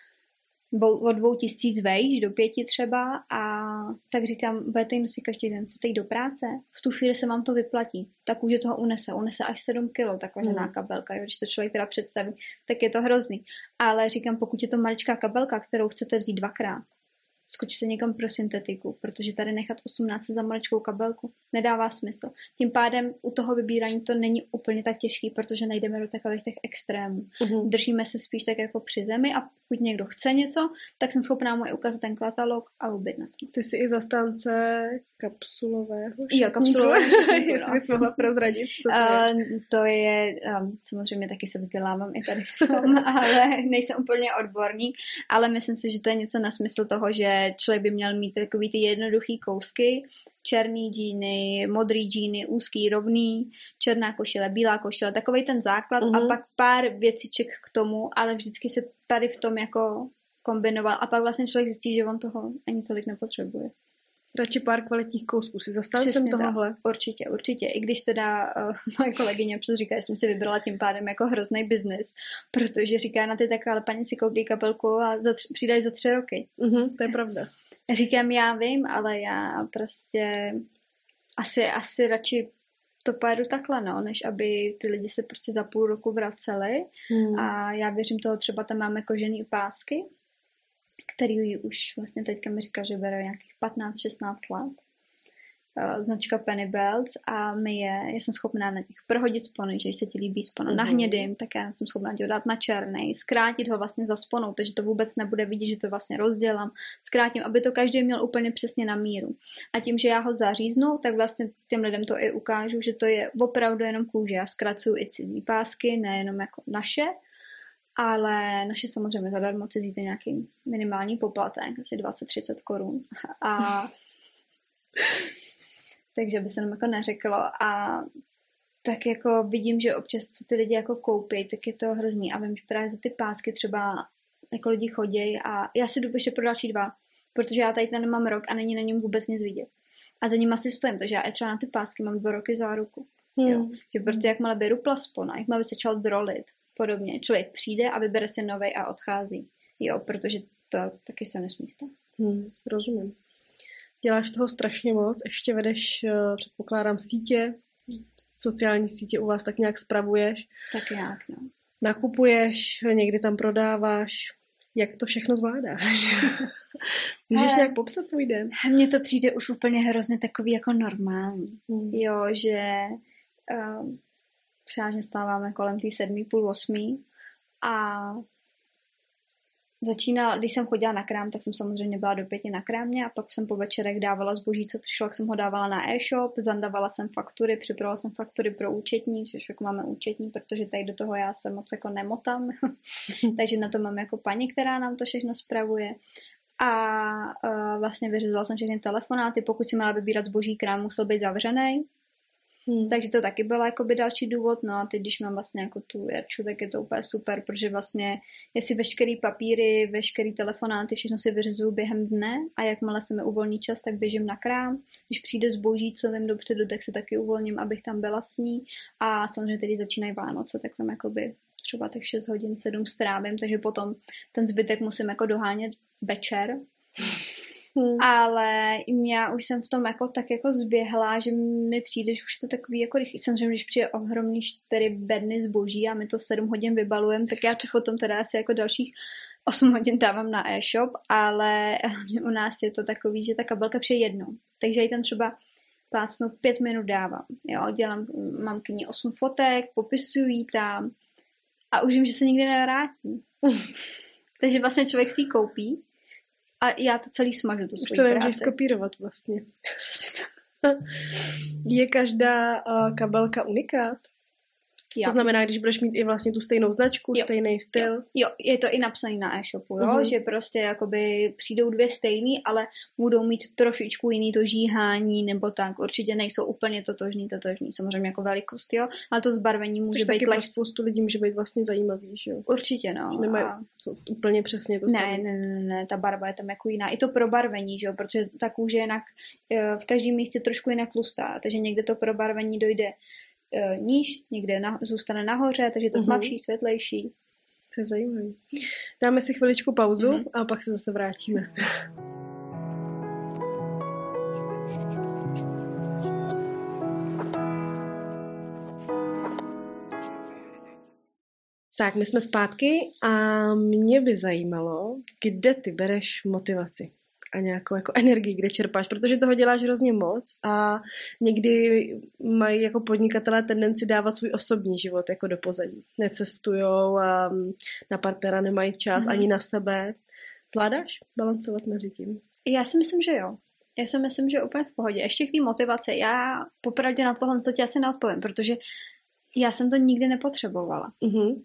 od dvou tisíc vejš do pěti třeba a tak říkám, budete ji nosit každý den, chcete jít do práce, v tu chvíli se vám to vyplatí, tak už je toho unese, unese až sedm kilo, ta kožená mm. kabelka, jo, když to člověk teda představí, tak je to hrozný, ale říkám, pokud je to maličká kabelka, kterou chcete vzít dvakrát, skoč se někam pro syntetiku, protože tady nechat osmnáct za maličkou kabelku nedává smysl. Tím pádem u toho vybírání to není úplně tak těžký, protože nejdeme do takových těch extrémů. Uh-huh. Držíme se spíš tak jako při zemi a pokud někdo chce něco, tak jsem schopná mu i ukázat ten katalog a objednat. Ty jsi i zastánce kapsulového šatníku. Jo, kapsulového šatníku, jestli bys mohla prozradit, co to je. Uh, to je, um, samozřejmě taky se vzdělávám i tady v tom, ale nejsem úplně odborník, ale myslím si, že to je něco na smysl toho, že člověk by měl mít takový ty jednoduchý kousky, černý džíny, modrý džíny, úzký, rovný, černá košile, bílá košile, takovej ten základ uh-huh. a pak pár věciček k tomu, ale vždycky se tady v tom jako kombinoval a pak vlastně člověk zjistí, že on toho ani tolik nepotřebuje. Radši pár kvalitních kousků. Si zastáncem tohohle? Tak. Určitě, určitě. I když teda uh, moje kolegyně občas říká, že jsem si vybrala tím pádem jako hrozný biznis, protože říká na ty tak, ale paní si koupí kapelku a za tři, přidají za tři roky. Uh-huh, to je pravda. Říkám, já vím, ale já prostě asi, asi radši to pojedu takhle, no, než aby ty lidi se prostě za půl roku vraceli. Hmm. A já věřím toho, třeba tam máme kožený pásky, který už vlastně teďka mi říká, že bere nějakých patnáct šestnáct let. Značka Penny Belts a my je, já jsem schopná na nich prohodit spony, že když se ti líbí spono mm-hmm. na hnědým, tak já jsem schopná to dát na černý, zkrátit ho vlastně za sponou, takže to vůbec nebude vidět, že to vlastně rozdělám, zkrátím, aby to každý měl úplně přesně na míru. A tím, že já ho zaříznu, tak vlastně těm lidem to i ukážu, že to je opravdu jenom kůže. Já zkracuju i cizí pásky, nejenom jako naše, ale naše samozřejmě zadarmo, cizí za nějaký minimální poplatek, asi dvacet třicet korun. A takže by se nám jako neřeklo a tak jako vidím, že občas co ty lidi jako koupí, tak je to hrozný a vím, že právě za ty pásky třeba jako lidi chodí a já si jdu ještě pro další dva, protože já tady ten mám rok a není na něm vůbec nic vidět. A za ním asi stojím, takže já třeba na ty pásky mám dva roky záruku. Hmm. Jo. Že protože jakmile beru plaspona, jakmile by se začal drolit, podobně, člověk přijde a vybere si novej a odchází. Jo, protože to taky se nesmí stát. Hmm, rozumím. Děláš toho strašně moc, ještě vedeš, předpokládám, sítě, sociální sítě u vás tak nějak spravuješ. Tak nějak, no. Nakupuješ, někdy tam prodáváš. Jak to všechno zvládáš? Můžeš He, nějak popsat tvůj den? Mně to přijde už úplně hrozně takový jako normální. Hmm. Jo, že um, přážně stáváme kolem tý sedmý, půl osmý a začínala, když jsem chodila na krám, tak jsem samozřejmě byla do pěti na krámě a pak jsem po večerech dávala zboží, co přišlo, jak jsem ho dávala na e-shop, zandavala jsem faktury, připravila jsem faktury pro účetní, což jako máme účetní, protože tady do toho já se moc jako nemotám, takže na to mám jako paní, která nám to všechno spravuje. A uh, vlastně vyřizovala jsem všechny telefonáty, pokud si měla vybírat zboží, krám musel být zavřený. Hmm. Takže to taky byl jakoby další důvod, no a teď, když mám vlastně jako tu Jerču, tak je to úplně super, protože vlastně jestli veškerý papíry, veškerý telefonáty, všechno si vyřizuju během dne a jakmile se mi uvolní čas, tak běžím na krám. Když přijde zboží, co vím dopředu, tak se taky uvolním, abych tam byla s ní a samozřejmě teď začínají Vánoce, tak tam jakoby třeba tak šest hodin, sedm strávím, takže potom ten zbytek musím jako dohánět večer. Hmm. Ale já už jsem v tom jako tak jako zběhla, že mi přijde, že už to takový jako rychlý. Samozřejmě, když přijde ohromný čtyři bedny zboží a my to sedm hodin vybalujeme, tak já to potom teda asi jako dalších osm hodin dávám na e-shop, ale u nás je to takový, že ta kabelka přijde jednou. Takže ji tam třeba plácnu pět minut dávám. Jo, dělám, mám k ní osm fotek, popisuju jí tam a už vím, že se nikdy nevrátí. Takže vlastně člověk si ji koupí a já to celý smažu, tu svoji práci. Už to nemůžeš skopírovat vlastně. Je každá uh, kabelka unikát? Já. To znamená, když budeš mít i vlastně tu stejnou značku, jo. stejný styl. Jo. jo, je to i napsaný na e-shopu, jo? Uh-huh. Že prostě jakoby přijdou dvě stejný, ale budou mít trošičku jiný to žíhání nebo tak. Určitě nejsou úplně totožný, totožný. Samozřejmě jako velikost, jo, ale to zbarvení může Což být taky lehčí. pro spoustu lidí může být vlastně zajímavý, že jo? Určitě, no. Nemají to úplně přesně to samé. Ne, ne, ne, ne, ta barva je tam jako jiná. I to probarvení, že jo, protože ta kůže je jinak v každém místě trošku jinak tlustá, takže někde to probarvení dojde níž, někde na, zůstane nahoře, takže to tmavší, uh-huh. světlejší. To je zajímavé. Dáme si chviličku pauzu uh-huh. a pak se zase vrátíme. Tak, my jsme zpátky a mě by zajímalo, kde ty bereš motivaci a nějakou jako energii, kde čerpáš, protože toho děláš hrozně moc a někdy mají jako podnikatelé tendenci dávat svůj osobní život jako do pozadí. Necestujou a na partnera nemají čas mm-hmm. ani na sebe. Zvládáš balancovat mezi tím? Já si myslím, že jo. Já si myslím, že úplně v pohodě. Ještě k té motivaci. Já popravdě na tohle, co ti asi neodpovím, protože já jsem to nikdy nepotřebovala. Mm-hmm.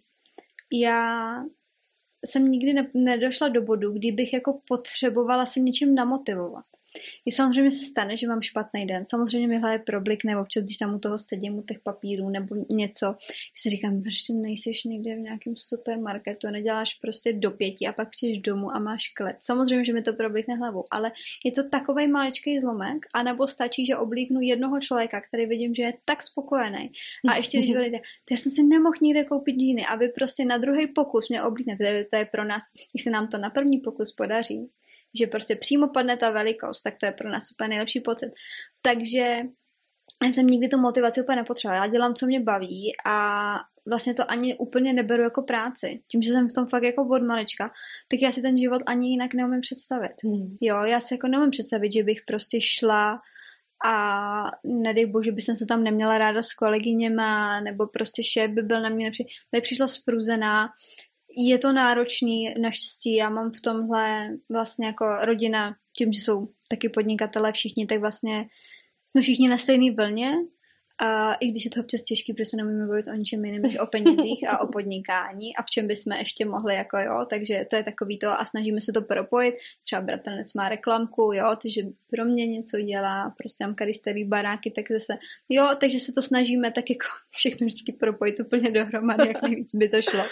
Já jsem nikdy ne, nedošla do bodu, kdy bych jako potřebovala se něčím namotivovat. I samozřejmě se stane, že mám špatný den. Samozřejmě mi hlavě problikne občas, když tam u toho sedím u těch papírů nebo něco. Si říkám, prostě nejseš někde v nějakém supermarketu a neděláš prostě do pěti a pak přijdeš domů a máš klid. Samozřejmě, že mi to problikne hlavou, ale je to takovej maličký zlomek, anebo stačí, že oblíknu jednoho člověka, který vidím, že je tak spokojený. A ještě když lidé, já jsem si nemohl nikde koupit džíny, aby prostě na druhý pokus mě oblíkne. To je, to je pro nás, když se nám to na první pokus podaří, že prostě přímo padne ta velikost, tak to je pro nás úplně nejlepší pocit. Takže já jsem nikdy tu motivaci úplně nepotřebovala. Já dělám, co mě baví a vlastně to ani úplně neberu jako práci. Tím, že jsem v tom fakt jako od malička, tak já si ten život ani jinak neumím představit. Hmm. Jo, já si jako neumím představit, že bych prostě šla a nedej bože, by jsem se tam neměla ráda s kolegyněma, nebo prostě šéf by byl na mě nepři... Tady přišla spruzená. Je to náročný, naštěstí, já mám v tomhle vlastně jako rodina, tím, že jsou taky podnikatelé všichni, tak vlastně jsme všichni na stejný vlně, a i když je to občas těžký, protože se nemůžeme bavit o ničem jiném než o penězích a o podnikání a v čem bychom ještě mohli, jako jo, takže to je takový to a snažíme se to propojit, třeba bratranec má reklamku, jo, takže pro mě něco dělá, prostě mám karistérový baráky, tak zase, jo, takže se to snažíme tak jako všechno vždycky propojit úplně dohromady, jak nejvíc by to šlo.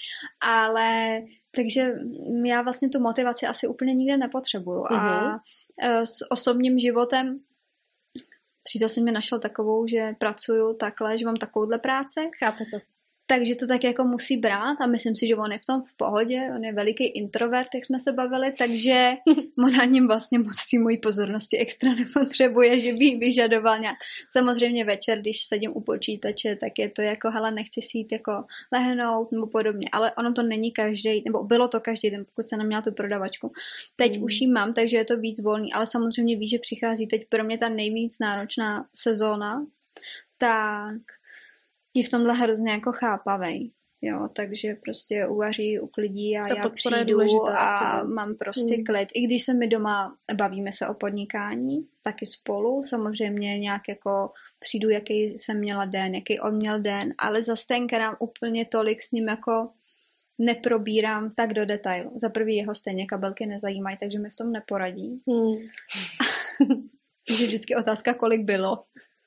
Ale takže já vlastně tu motivaci asi úplně nikde nepotřebuju. Uh-huh. A s osobním životem přítel se mi našel takovou, že pracuju takhle, že mám takovouhle práci. Chápu to. Takže to tak jako musí brát a myslím si, že on je v tom v pohodě, on je veliký introvert, jak jsme se bavili, takže on na něm vlastně moc té mojí pozornosti extra nepotřebuje, že by jí vyžadoval nějak. Samozřejmě večer, když sedím u počítače, tak je to jako, hele, nechci si jít jako lehnout nebo podobně, ale ono to není každý, nebo bylo to každý den, pokud jsem neměla tu prodavačku. Teď mm. už jí mám, takže je to víc volný, ale samozřejmě ví, že přichází teď pro mě ta nejvíc náročná sezóna, tak je v tomhle hrozně jako chápavej, jo, takže prostě uvaří, uklidí a ta já přijdu a asi mám prostě hmm. klid. I když se my doma bavíme se o podnikání, taky spolu, samozřejmě nějak jako přijdu, jaký jsem měla den, jaký on měl den, ale zase tenkrát úplně tolik s ním jako neprobírám tak do detailu. Za prvý jeho stejně kabelky nezajímají, takže mi v tom neporadí. Hmm. Takže vždycky otázka, kolik bylo.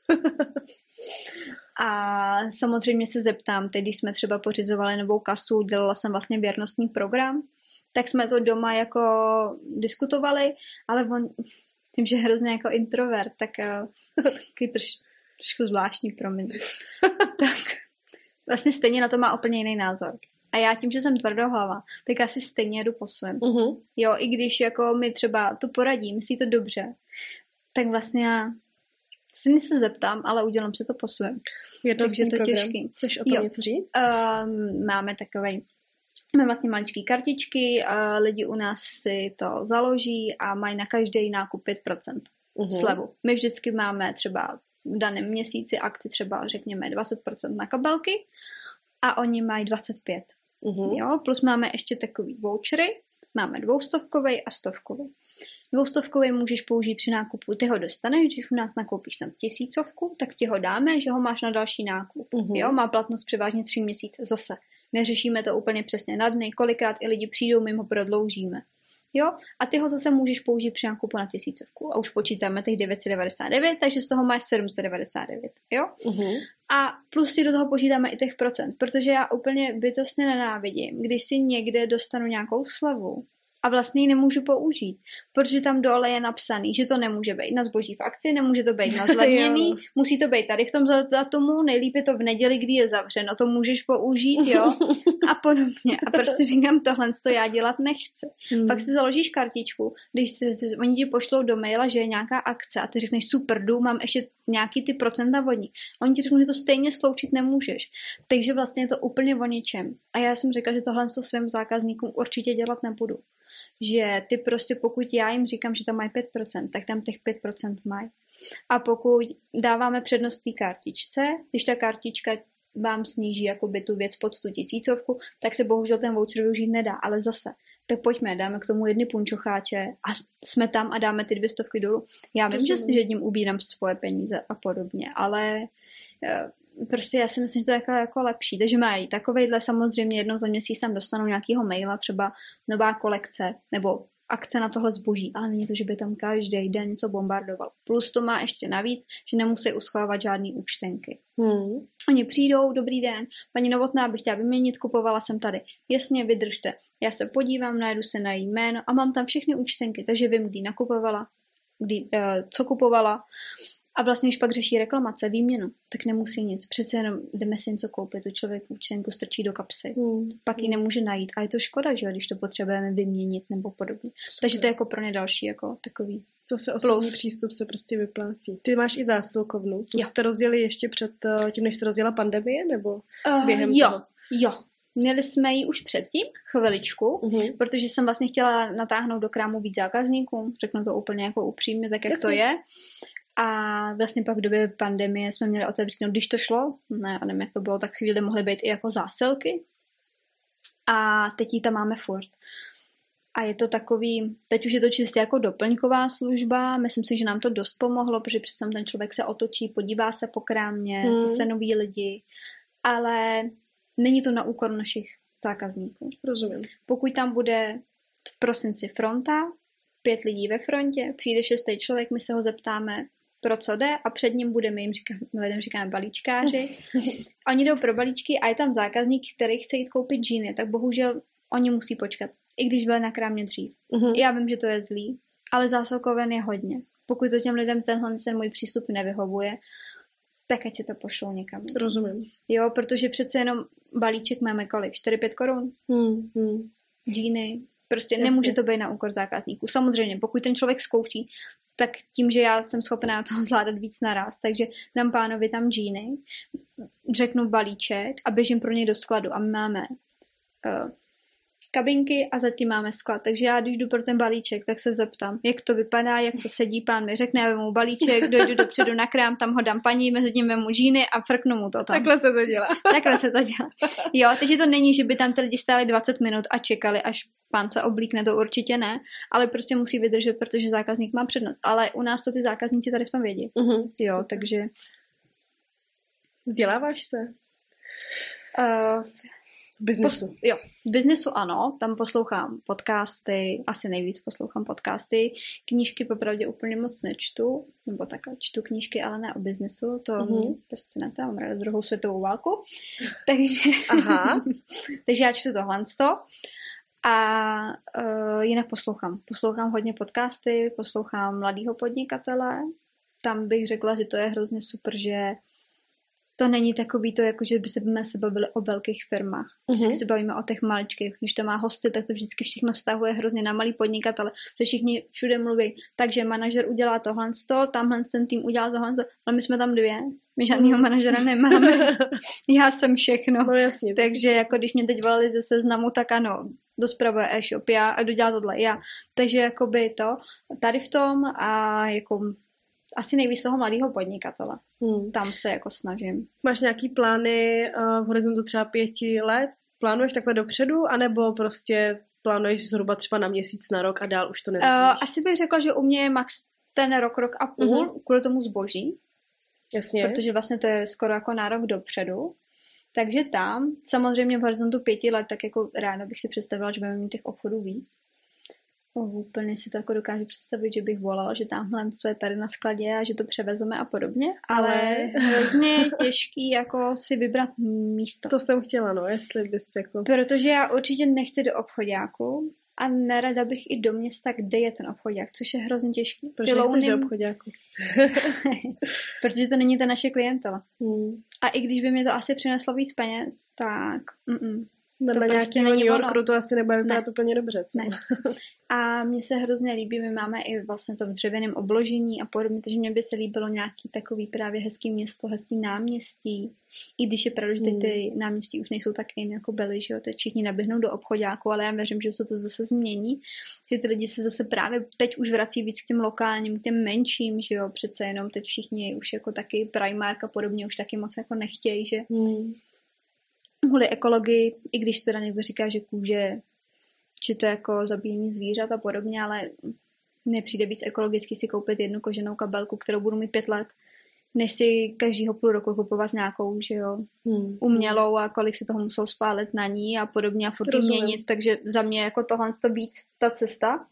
A samozřejmě se zeptám, teď když jsme třeba pořizovali novou kasu, dělala jsem vlastně věrnostní program, tak jsme to doma jako diskutovali, ale on, tím, že je hrozně jako introvert, tak taky troš, trošku zvláštní pro mě. Tak vlastně stejně na to má úplně jiný názor. A já tím, že jsem tvrdohlava, tak asi stejně jdu po svém. Uh-huh. Jo, i když jako mi třeba to poradí, myslí to dobře, tak vlastně já si se zeptám, ale udělám si to po svém. Takže je to program. Těžký. Chceš o tom jo. něco říct? Um, máme takovej, máme vlastně maličký kartičky a lidi u nás si to založí a mají na každý nákup pět procent uh-huh. slevu. My vždycky máme třeba v daném měsíci akty třeba řekněme dvacet procent na kabelky a oni mají dvacet pět procent. Uh-huh. Jo, plus máme ještě takový vouchery, máme dvoustovkovej a stovkovej. Dvoustovkovej můžeš použít při nákupu, ty ho dostaneš, když u nás nakoupíš na tisícovku, tak ti ho dáme, že ho máš na další nákup. Uh-huh. Jo, má platnost převážně tři měsíce zase. Neřešíme to úplně přesně na dny, kolikrát i lidi přijdou, my ho prodloužíme. Jo, a ty ho zase můžeš použít při nákupu na tisícovku. A už počítáme těch devět set devadesát devět, takže z toho máš sedm set devadesát devět. Jo? Uh-huh. A plus si do toho počítáme i těch procent, protože já úplně bytostně nenávidím, když si někde dostanu nějakou slevu a vlastně ji nemůžu použít, protože tam dole je napsaný, že to nemůže být na zboží v akci, nemůže to být na zlevněný, musí to být tady v tom datumu, nejlíp je to v neděli, kdy je zavřeno, to můžeš použít, jo, a podobně. A prostě říkám, tohle to já dělat nechci. Hmm. Pak si založíš kartičku, když si, oni ti pošlou do maila, že je nějaká akce a ty řekneš, super, jdu, mám ještě nějaký ty procenta vodní. Oni ti řeknou, že to stejně sloučit nemůžeš. Takže vlastně je to úplně o ničem. A já jsem řekla, že tohle to svým zákazníkům určitě dělat nebudu. Že ty prostě, pokud já jim říkám, že tam mají pět procent, tak tam těch pět procent mají. A pokud dáváme přednost té kartičce, když ta kartička vám sníží jakoby tu věc pod tu tisícovku, tak se bohužel ten voucher využít nedá, ale zase, tak pojďme, dáme k tomu jedny punčocháče a jsme tam a dáme ty dvě stovky dolů. Já vím, že si že tím ubírám svoje peníze a podobně, ale prostě já si myslím, že to je jako, jako lepší. Takže mají takovejhle samozřejmě jednou za měsíc tam dostanou nějakýho maila, třeba nová kolekce nebo akce na tohle zboží, ale není to, že by tam každý den něco bombardoval. Plus to má ještě navíc, že nemusí uschovávat žádný účtenky. Hmm. Oni přijdou, dobrý den, paní Novotná bych chtěla vyměnit, kupovala jsem tady. Jasně, vydržte. Já se podívám, najdu se na její jméno a mám tam všechny účtenky, takže vím, kdy nakupovala, kdy, uh, co kupovala. A vlastně, když pak řeší reklamace, výměnu, tak nemusí nic. Přece jenom jdeme si něco koupit, to člověk účtenku strčí do kapsy. Hmm. Pak ji nemůže najít. A je to škoda, že když to potřebujeme vyměnit nebo podobně. Super. Takže to je jako pro ně další jako takový Zase osobní přístup se prostě vyplácí. Ty máš i zásilkovnu. Tu jo. jste rozjeli ještě před tím, než se rozjela pandemie, nebo během uh, jo, toho? Jo, měli jsme ji už předtím, chviličku, uh-huh. protože jsem vlastně chtěla natáhnout do krámu víc zákazníků. Řeknu to úplně jako upřímně, tak jak Jasně. to je. A vlastně pak v době pandemie jsme měli otevřít, no když to šlo, ne, a nevím, jak to bylo, tak chvíli mohly být i jako zásilky. A teď ji tam máme furt. A je to takový, teď už je to čistě jako doplňková služba, myslím si, že nám to dost pomohlo, protože přece ten člověk se otočí, podívá se po krámě, hmm. zase noví lidi, ale není to na úkor našich zákazníků. Rozumím. Pokud tam bude v prosinci fronta, pět lidí ve frontě, přijde šestý člověk, my se ho zeptáme, pro co jde a před ním budeme jim říkat, my lidem říkáme balíčkáři. Oni jdou pro balíčky a je tam zákazník, který chce jít koupit džíny, tak bohužel oni musí počkat, i když byl na krámě dřív. Uh-huh. Já vím, že to je zlý, ale zásilkoven je hodně. Pokud to těm lidem tenhle ten můj přístup nevyhovuje, tak ať si to pošlou někam. Rozumím. Jo, protože přece jenom balíček máme kolik? čtyři pět korun? Hmm, hmm. Džíny. Prostě Jasně. nemůže to být na úkor zákazníků. Samozřejmě, pokud ten člověk zkouší, tak tím, že já jsem schopná toho zvládat víc naraz, takže dám pánovi tam džíny, řeknu balíček a běžím pro něj do skladu a my máme uh, kabinky a zatím máme sklad. Takže já, když jdu pro ten balíček, tak se zeptám, jak to vypadá, jak to sedí, pán mi řekne, já vemu balíček, dojdu dopředu na krám, tam ho dám paní, mezi tím vemu džíny a frknu mu to tam. Takhle se to dělá. Takhle se to dělá. Jo, takže to není, že by tam ty lidi stáli dvacet minut a čekali, až pán se oblíkne, to určitě ne, ale prostě musí vydržet, protože zákazník má přednost. Ale u nás to ty zákazníci tady v tom vědí. Uh-huh. Jo, Super. takže... Vzděláváš se? Uh, v biznesu? Pos- jo, v biznesu ano, tam poslouchám podcasty, asi nejvíc poslouchám podcasty, knížky popravdě úplně moc nečtu, nebo takhle čtu knížky, ale ne o biznesu, to uh-huh. prostě ne, mám ráda druhou světovou válku, takže, Aha. takže já čtu tohle sto. A uh, jinak poslouchám. Poslouchám hodně podcasty, poslouchám mladýho podnikatele. Tam bych řekla, že to je hrozně super, že to není takový to, jako že by se, jsme se bavili o velkých firmách. Vždycky mm-hmm. se bavíme o těch maličkých. Když to má hosty, tak to vždycky všechno stahuje hrozně na malý podnikatele, že všichni všude mluví, takže manažer udělá tohle, tamhle ten tým udělá tohle, ale my jsme tam dvě. My žádného manažera nemáme. Já jsem všechno. No jasně, takže jako když mě teď volali ze Seznamu, tak ano, dospravuje e-shop já a kdo dělá tohle já. Takže jakoby to tady v tom a jako asi nejvíc toho mladého podnikatele. Hmm. Tam se jako snažím. Máš nějaký plány uh, v horizontu třeba pěti let? Plánuješ takhle dopředu? Anebo prostě plánuješ zhruba třeba na měsíc, na rok a dál už to nerozumíš? Uh, asi bych řekla, že u mě je max ten rok, rok a půl, uh-huh. kvůli tomu zboží. Jasně. Protože vlastně to je skoro jako na rok dopředu. Takže tam, samozřejmě v horizontu pěti let, tak jako ráno bych si představila, že budeme mít těch obchodů víc. Oh, úplně si to jako dokážu představit, že bych volala, že tamhle co je tady na skladě a že to převezeme a podobně, ale hrozně těžký jako si vybrat místo. To jsem chtěla, no, jestli bys jako... Protože já určitě nechci do obchoďáku a nerada bych i do města, kde je ten obchoďák, což je hrozně těžký. Proč nechceš do obchoďáku? Protože to není ta naše klientela. Hmm. A i když by mi to asi přineslo víc peněz, tak... Mm-mm. Vedle nějakého New Yorku to asi nebude vypadat úplně dobře, co? Ne. A mně se hrozně líbí, my máme i vlastně to v dřevěném obložení a podobně, takže mně by se líbilo nějaký takový právě hezký město, hezký náměstí. I když je pravda, že teď ty náměstí už nejsou tak jen jako byly, že jo, teď všichni naběhnou do obchoďáku, ale já věřím, že se to zase změní, že ty lidi se zase právě teď už vrací víc k těm lokálním, k těm menším, že jo, přece jenom teď všichni už jako taky Primark a podobně už taky moc jako nechtějí, že hmm. kvůli ekologii, i když teda někdo říká, že kůže, že to je jako zabíjení zvířat a podobně, ale nepřijde víc ekologicky si koupit jednu koženou kabelku, kterou budu mít pět let, než si každýho půl roku kupovat nějakou, že jo, hmm. umělou a kolik si toho musel spálit na ní a podobně a furt měnit, takže za mě jako tohle to víc ta cesta.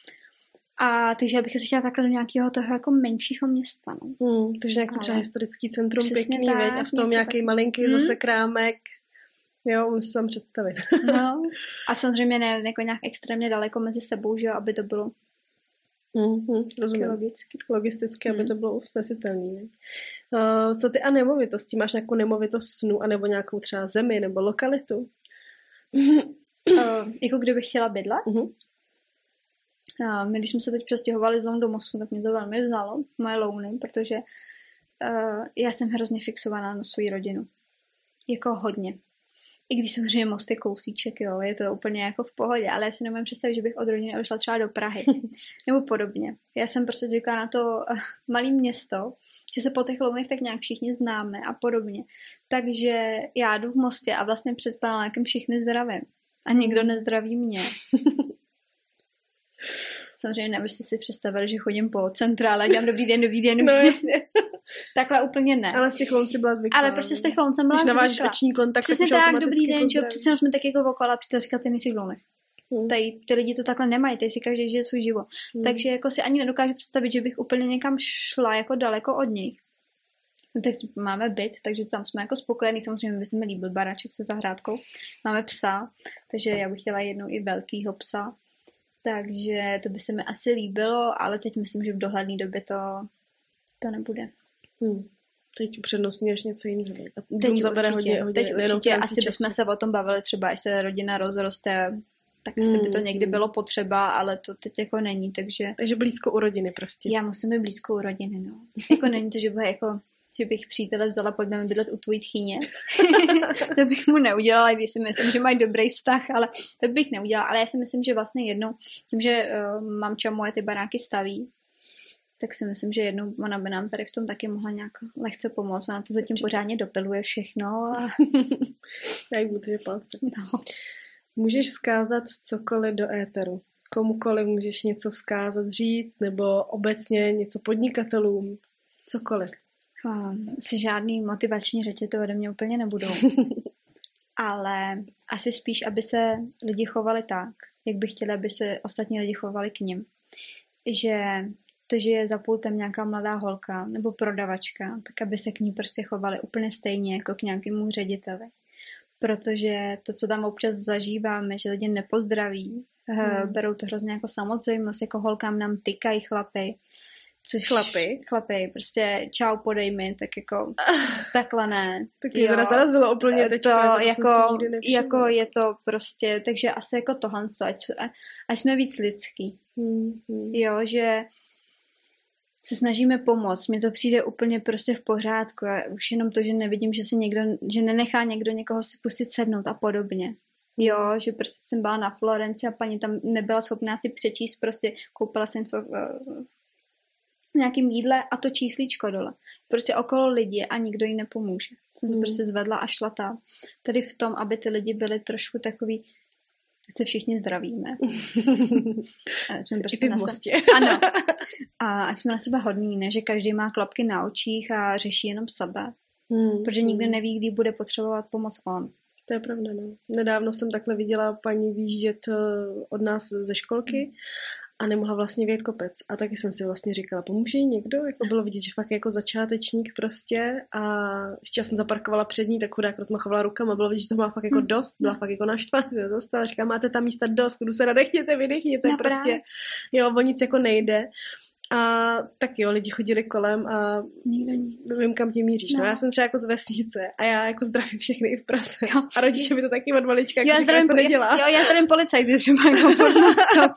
A takže já bych se chtěla takhle do nějakého toho jako menšího města. No. Hmm, takže nějaký třeba historický centrum pěkný, tak, veď? A v tom nějaký malinký hmm. zase krámek. Jo, můžu se tam představit. No. A samozřejmě ne jako nějak extrémně daleko mezi sebou, že jo, aby to bylo mm-hmm, rozumím. Logicky. Logisticky, mm. aby to bylo usnesitelné. Uh, co ty a nemovitosti? Máš nějakou nemovitost snu, anebo nějakou třeba zemi, nebo lokalitu? uh, jako kdybych chtěla bydlet? Uh-huh. Uh, my, když jsme se teď přestěhovali z Loun do Mostu, tak mě to velmi vzalo, moje Louny, protože uh, já jsem hrozně fixovaná na svou rodinu. Jako hodně. I když samozřejmě Most je kousíček, jo, je to úplně jako v pohodě, ale já si nemůžu představit, že bych od rodiny odešla třeba do Prahy, nebo podobně. Já jsem prostě zvyklá na to uh, malé město, že se po těch Lounech tak nějak všichni známe a podobně. Takže já jdu v Mostě a vlastně před panelákem všichni zdravím. A nikdo nezdraví mě. Samozřejmě nebyste si představili, že chodím po centrále, dělám dobrý den, dobrý den, dobrý den. No, takhle úplně ne. Ale z těch Loun si byla zvyklá. Ale prostě z těch Loun jsem byla zvyklá. Když navážeš oční kontakt, přesně tak, dobrý den, čo, přece jsme tak jako okolo a přijde říkat, ty nejsi v Lounech. Hmm. Tady ty lidi to takhle nemají, tady si každý žije svůj život. Hmm. Takže jako si ani nedokážu představit, že bych úplně někam šla jako daleko od nich. No, tak máme byt, takže tam jsme jako spokojení, samozřejmě by se mi líbil baráček se zahrádkou. Máme psa, takže já bych chtěla jednou i velkýho psa. Takže to by se mi asi líbilo, ale teď myslím, že v dohledné době to, to nebude. Hmm. Teď upřednostňuješ něco jiného. Teď zabere hodně, hodně, teď určitě asi bychom se o tom bavili, třeba až se rodina rozroste, tak asi hmm. by to někdy bylo potřeba, ale to teď jako není, takže... Takže blízko u rodiny prostě. Já musím být blízko u rodiny, no. Jako není to, že by jako... že bych přítele vzala, pojďme bydlet u tvojí tchýně. To bych mu neudělala, když si myslím, že mají dobrý vztah, ale to bych neudělala. Ale já si myslím, že vlastně jednou, tím, že uh, mamča moje ty baráky staví, tak si myslím, že jednou ona by nám tady v tom taky mohla nějak lehce pomoct. Ona to zatím Určitě. Pořádně dopiluje všechno. A... Já jí budu palce. No. Můžeš vzkázat cokoliv do éteru. Komukoliv můžeš něco vzkázat, říct, nebo obecně něco podnikatelům. Cokoliv. Asi žádný motivační řeči to ode mě úplně nebudou. Ale asi spíš, aby se lidi chovali tak, jak by chtěli, aby se ostatní lidi chovali k nim. Že to, že je za pultem nějaká mladá holka nebo prodavačka, tak aby se k ní prostě chovali úplně stejně jako k nějakému řediteli. Protože to, co tam občas zažíváme, že lidi nepozdraví, hmm. berou to hrozně jako samozřejmost, jako holkám nám tykají chlapy, Což chlapy. Chlapy, prostě čau, podej mi, tak jako takhle ne. Tak mě teda zarazilo úplně teď. To jako, jako je to prostě, takže asi jako tohle, ať, ať jsme víc lidský. Hmm, hmm. Jo, že se snažíme pomoct. Mně to přijde úplně prostě v pořádku. A už jenom to, že nevidím, že se někdo, že nenechá někdo někoho si pustit sednout a podobně. Jo, že prostě jsem byla na Florenci a paní tam nebyla schopná si přečíst, prostě koupila jsem něco v, v nějakým jídle a to číslíčko dole. Prostě okolo lidi a nikdo jí nepomůže. Jsem se Hmm. prostě zvedla a šla tam. Tady v tom, aby ty lidi byli trošku takový, se všichni zdravíme. A jsme prostě I ty v na Mostě. se... Ano. A ať jsme na sebe hodní, ne, že každý má klapky na očích a řeší jenom sebe. Hmm. Protože nikdy neví, kdy bude potřebovat pomoc on. To je pravda, no. Nedávno jsem takhle viděla paní výjíždět od nás ze školky a nemohla vlastně vyjet kopec. A taky jsem si vlastně říkala, pomůže jí někdo? Jako bylo vidět, že fakt jako začátečník prostě a ještě já jsem zaparkovala před ní, tak chudák rozmachovala rukama, bylo vidět, že to má fakt jako dost, byla fakt jako naštvaná, se dostala, říká, máte tam místa dost, kudu se nadechněte, vydechněte, No prostě, právě. jo, o nic jako nejde. A tak jo, lidi chodili kolem a Nikdo nic. vím, kam tím míříš. No. No. Já jsem třeba jako z vesnice a já jako zdravím všechny i v Praze. Jo. A rodiče mi to taky od malička jako Já říkají, zdravím, že to nedělá. jo, já zdravím policajty třeba jako furt stop.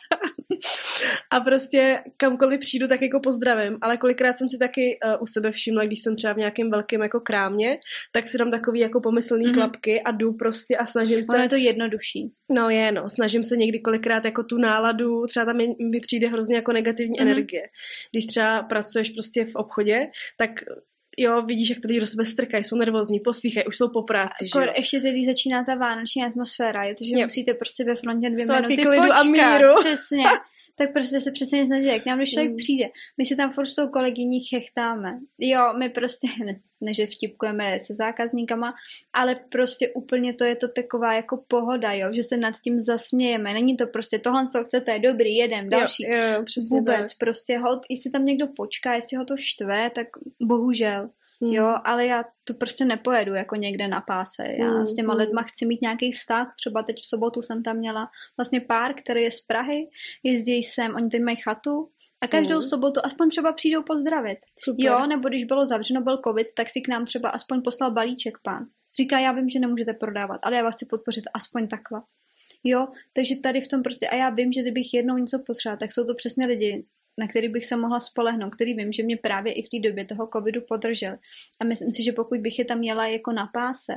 A prostě kamkoliv přijdu, tak jako pozdravím. Ale kolikrát jsem si taky uh, u sebe všimla, když jsem třeba v nějakém velkém jako krámě, tak si dám takový jako pomyslný Mhm. klapky a jdu prostě a snažím se... Ono je to jednodušší. No je, no. Snažím se někdy kolikrát jako tu náladu, třeba tam mi, mi přijde hrozně jako negativní Mhm. energie. Když třeba pracuješ prostě v obchodě, tak jo, vidíš, jak ty lidi do sebe strkají, jsou nervózní, pospíchají, už jsou po práci, že Kor, jo. ještě teď, když začíná ta vánoční atmosféra, je to, že Jo. musíte prostě ve frontě dvě Svátky minuty klidu a počkat. míru. Přesně. Tak prostě se přece nic neděje. K nám, když člověk Mm. přijde, my si tam furt s tou kolegyní chechtáme. Jo, my prostě, ne, ne že vtipkujeme se zákazníkama, ale prostě úplně to je to taková jako pohoda, jo, že se nad tím zasmějeme. Není to prostě tohle, co chcete, dobrý, jedem, další. Jo, jo, přesně Vůbec, tak. prostě hold, jestli tam někdo počká, jestli ho to štve, tak bohužel. Hmm. Jo, ale já to prostě nepojedu jako někde na páse. Já Mm, s těma mm. lidma chci mít nějaký vztah. Třeba teď v sobotu jsem tam měla vlastně pár, který je z Prahy, jezdí sem, oni tady mají chatu a každou Mm. sobotu aspoň třeba přijdou pozdravit. Super. Jo, nebo když bylo zavřeno, byl covid, tak si k nám třeba aspoň poslal balíček pán. Říká, já vím, že nemůžete prodávat, ale já vás chci podpořit aspoň takhle. Jo, takže tady v tom prostě, a já vím, že kdybych jednou něco potřebovala, tak jsou to přesně lidi, na který bych se mohla spolehnout, který vím, že mě právě i v té době toho covidu podržel. A myslím si, že pokud bych je tam měla jako na páse,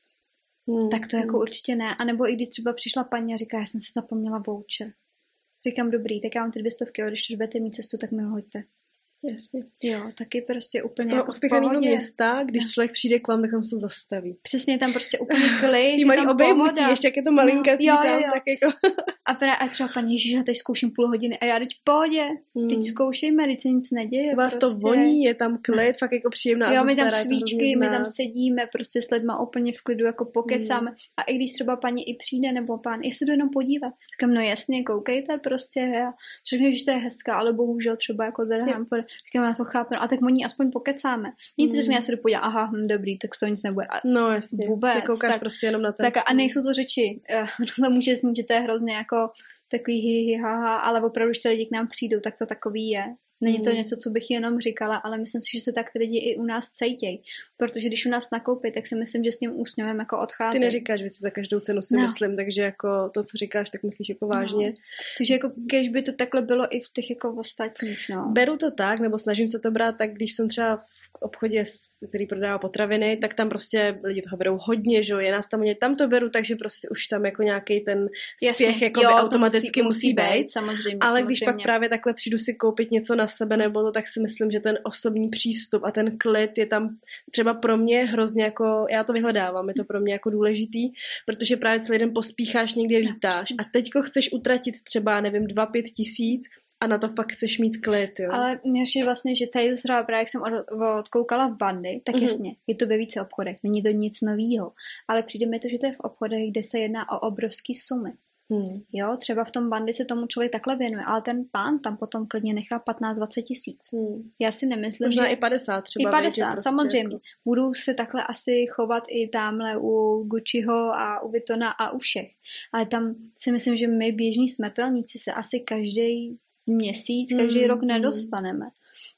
Hmm. tak to jako určitě ne. A nebo i když třeba přišla paní a říká, já jsem si zapomněla voucher. Říkám, dobrý, tak já mám ty dvě stovky, ale když budete mít cestu, tak mi ho hoďte. Jasně. Jo, taky prostě Z úplně toho jako v uspěchaného pohodě. města, když člověk přijde k vám, tak tam se to zastaví. Přesně, tam prostě úplně klid, Ty je malý tam obejmutí, pohoda. ještě jak je to malinkatý No, jo, tam, jo, jo. tak jako... A, pra, a třeba paní, ježiš, já teď zkouším půl hodiny a já teď v pohodě, Hmm. teď zkoušejme, teď se nic neděje. U vás prostě. to voní, je tam klid, fakt jako příjemná Jo, my tam atmosféra, je to hrozně svíčky, my tam znát. sedíme prostě s lidma úplně v klidu, jako pokecáme. Mm. A i když třeba paní i přijde, nebo pán, já se jdu jenom podívat. Říkám, no jasně, koukejte prostě. Já řeknu, že to je hezká, ale bohužel třeba jako drahám. Říkám, já to chápu. A tak oni aspoň pokecáme. Nic Mm. řekne, já se jdu podívat, aha, hm, dobrý, tak to nic nebude. A No jasně, vůbec, ty koukáš tak- prostě jenom na ten... tak a nejsou to řeči. Eh, to může znít, že to je hrozně jako takový hi, hi, ha, ha, ale opravdu, když ty lidi k nám přijdou, tak to takový je. Není to Mm. něco, co bych jenom říkala, ale myslím si, že se tak ty lidi i u nás cejtějí. Protože když u nás nakoupí, tak si myslím, že s tím úsměvem jako odchází. Ty neříkáš věci za každou cenu, si No. myslím, takže jako to, co říkáš, tak myslíš jako vážně. No. Takže jako kež by to takhle bylo i v těch jako ostatních, no. Beru to tak, nebo snažím se to brát tak, když jsem třeba v obchodě, který prodává potraviny, tak tam prostě lidi toho berou hodně, že jo, je nás tam hodně, tam to beru, takže prostě už tam jako nějaký ten spěch jako by jo, to automaticky musí, musí být. samozřejmě. Ale samozřejmě. když pak právě takhle přijdu si koupit něco na sebe nebo to, tak si myslím, že ten osobní přístup a ten klid je tam třeba pro mě hrozně jako, já to vyhledávám, je to pro mě jako důležitý, protože právě celý den pospícháš, někde lítáš a teďko chceš utratit třeba, nevím, dva, pět tisíc a na to fakt chceš mít klid, jo. Ale mě je vlastně, že tady třeba právě, jak jsem od, odkoukala v bandy, tak Mhm. jasně, je to ve více obchodech, není to nic novýho, ale přijde mi to, že to je v obchodech, kde se jedná o obrovský sumy. Hmm. Jo, třeba v tom bandy se tomu člověk takhle věnuje, ale ten pán tam potom klidně nechá patnáct dvacet tisíc. Hmm. Já si nemyslím, Možná že... i padesát třeba. I padesát, věď, že prostě samozřejmě. Jako... Budou se takhle asi chovat i tamhle u Gucciho a u Vuittona a u všech. Ale tam si myslím, že my běžní smrtelníci se asi každý měsíc, každý Mm, rok mm. nedostaneme.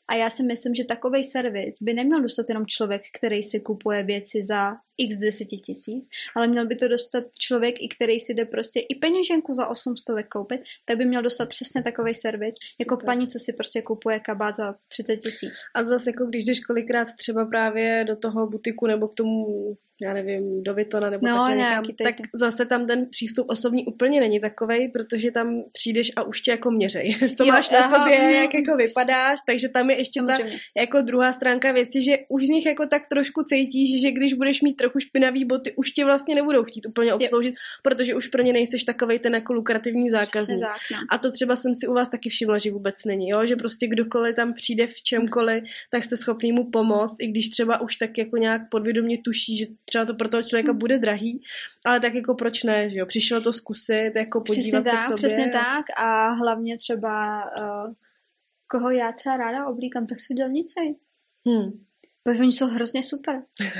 A já si myslím, že takovej servis by neměl dostat jenom člověk, který si kupuje věci za x deseti tisíc, ale měl by to dostat člověk, i který si jde prostě i peněženku za osm stovek koupit, tak by měl dostat přesně takovej servis, jako paní, co si prostě kupuje kabát za třicet tisíc. A zase jako když jdeš kolikrát třeba právě do toho butiku nebo k tomu, já nevím, do Vuittona nebo no, takhle někam, tak zase tam ten přístup osobní úplně není takovej, protože tam přijdeš a už tě jako měřej, co jo, máš na aha, sobě, no. Jak jako vypadáš, takže tam je ještě ta jako druhá stránka věci, že už z nich jako tak trošku cítíš, že když budeš mít trochu špinavý boty, už tě vlastně nebudou chtít úplně obsloužit, jo. Protože už pro ně nejseš takovej ten jako lukrativní zákazník. Tak, no. A to třeba jsem si u vás taky všimla, že vůbec není, jo? Že prostě kdokoliv tam přijde v čemkoliv, tak jste schopný mu pomoct, i když třeba už tak jako nějak podvědomě tuší, že třeba to pro toho člověka bude drahý, ale tak jako proč ne, že jo? Přišlo to zkusit, jako podívat přesně se tak, k tobě. Přesně tak a hlavně třeba uh, koho já třeba ráda oblíkám, tak jsou dělnice. Hmm. Protože oni jsou hrozně super.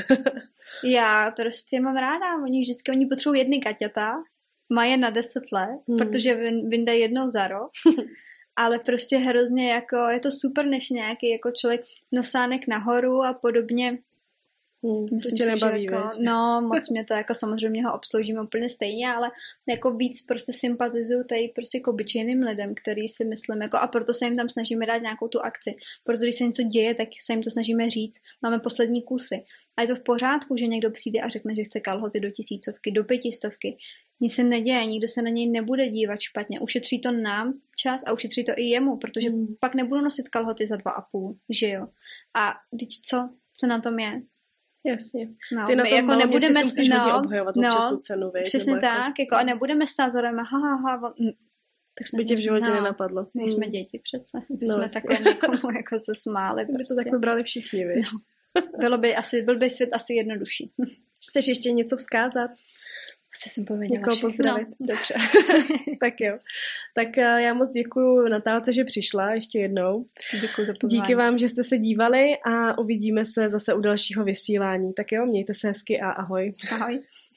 Já prostě mám ráda, oni vždycky, oni potřebují jedny kaťata, mají je na deset let, hmm. protože vyndají jednou za rok, ale prostě hrozně jako, je to super, než nějaký jako člověk nosánek nahoru a podobně. Hmm, myslím, to tě nebaví, jako, no, moc mě to jako samozřejmě ho obsloužíme úplně stejně, ale jako víc prostě sympatizuju tady prostě k obyčejným lidem, který si myslím jako, a proto se jim tam snažíme dát nějakou tu akci, protože když se něco děje, tak se jim to snažíme říct, máme poslední kusy a je to v pořádku, že někdo přijde a řekne, že chce kalhoty do tisícovky, do pětistovky, nic se neděje, nikdo se na něj nebude dívat špatně, ušetří to nám čas a ušetří to i jemu, protože hmm. pak nebudu nosit kalhoty za dva a půl, že jo, a teď co, co na tom je? Jasně. No, ty na tom jako nebudeme si musíš no, hodně obhajovat no, občas tu cenu, víš? Přesně jako, tak, jako, a nebudeme stát zorem, ha, ha, ha, tak by tě v životě no, nenapadlo. My jsme děti přece, my no, jsme vlastně. Takhle někomu jako se smáli. By prostě. To tak vybrali všichni, víš? No. Bylo by asi, byl by svět asi jednodušší. Chceš ještě něco vzkázat? Asi jsem pověděla někoho pozdravit. No. Dobře. Tak jo. Tak já moc děkuju Natálce, že přišla ještě jednou. Děkuju za pozvání. Díky vám, že jste se dívali a uvidíme se zase u dalšího vysílání. Tak jo, mějte se hezky a ahoj. Ahoj.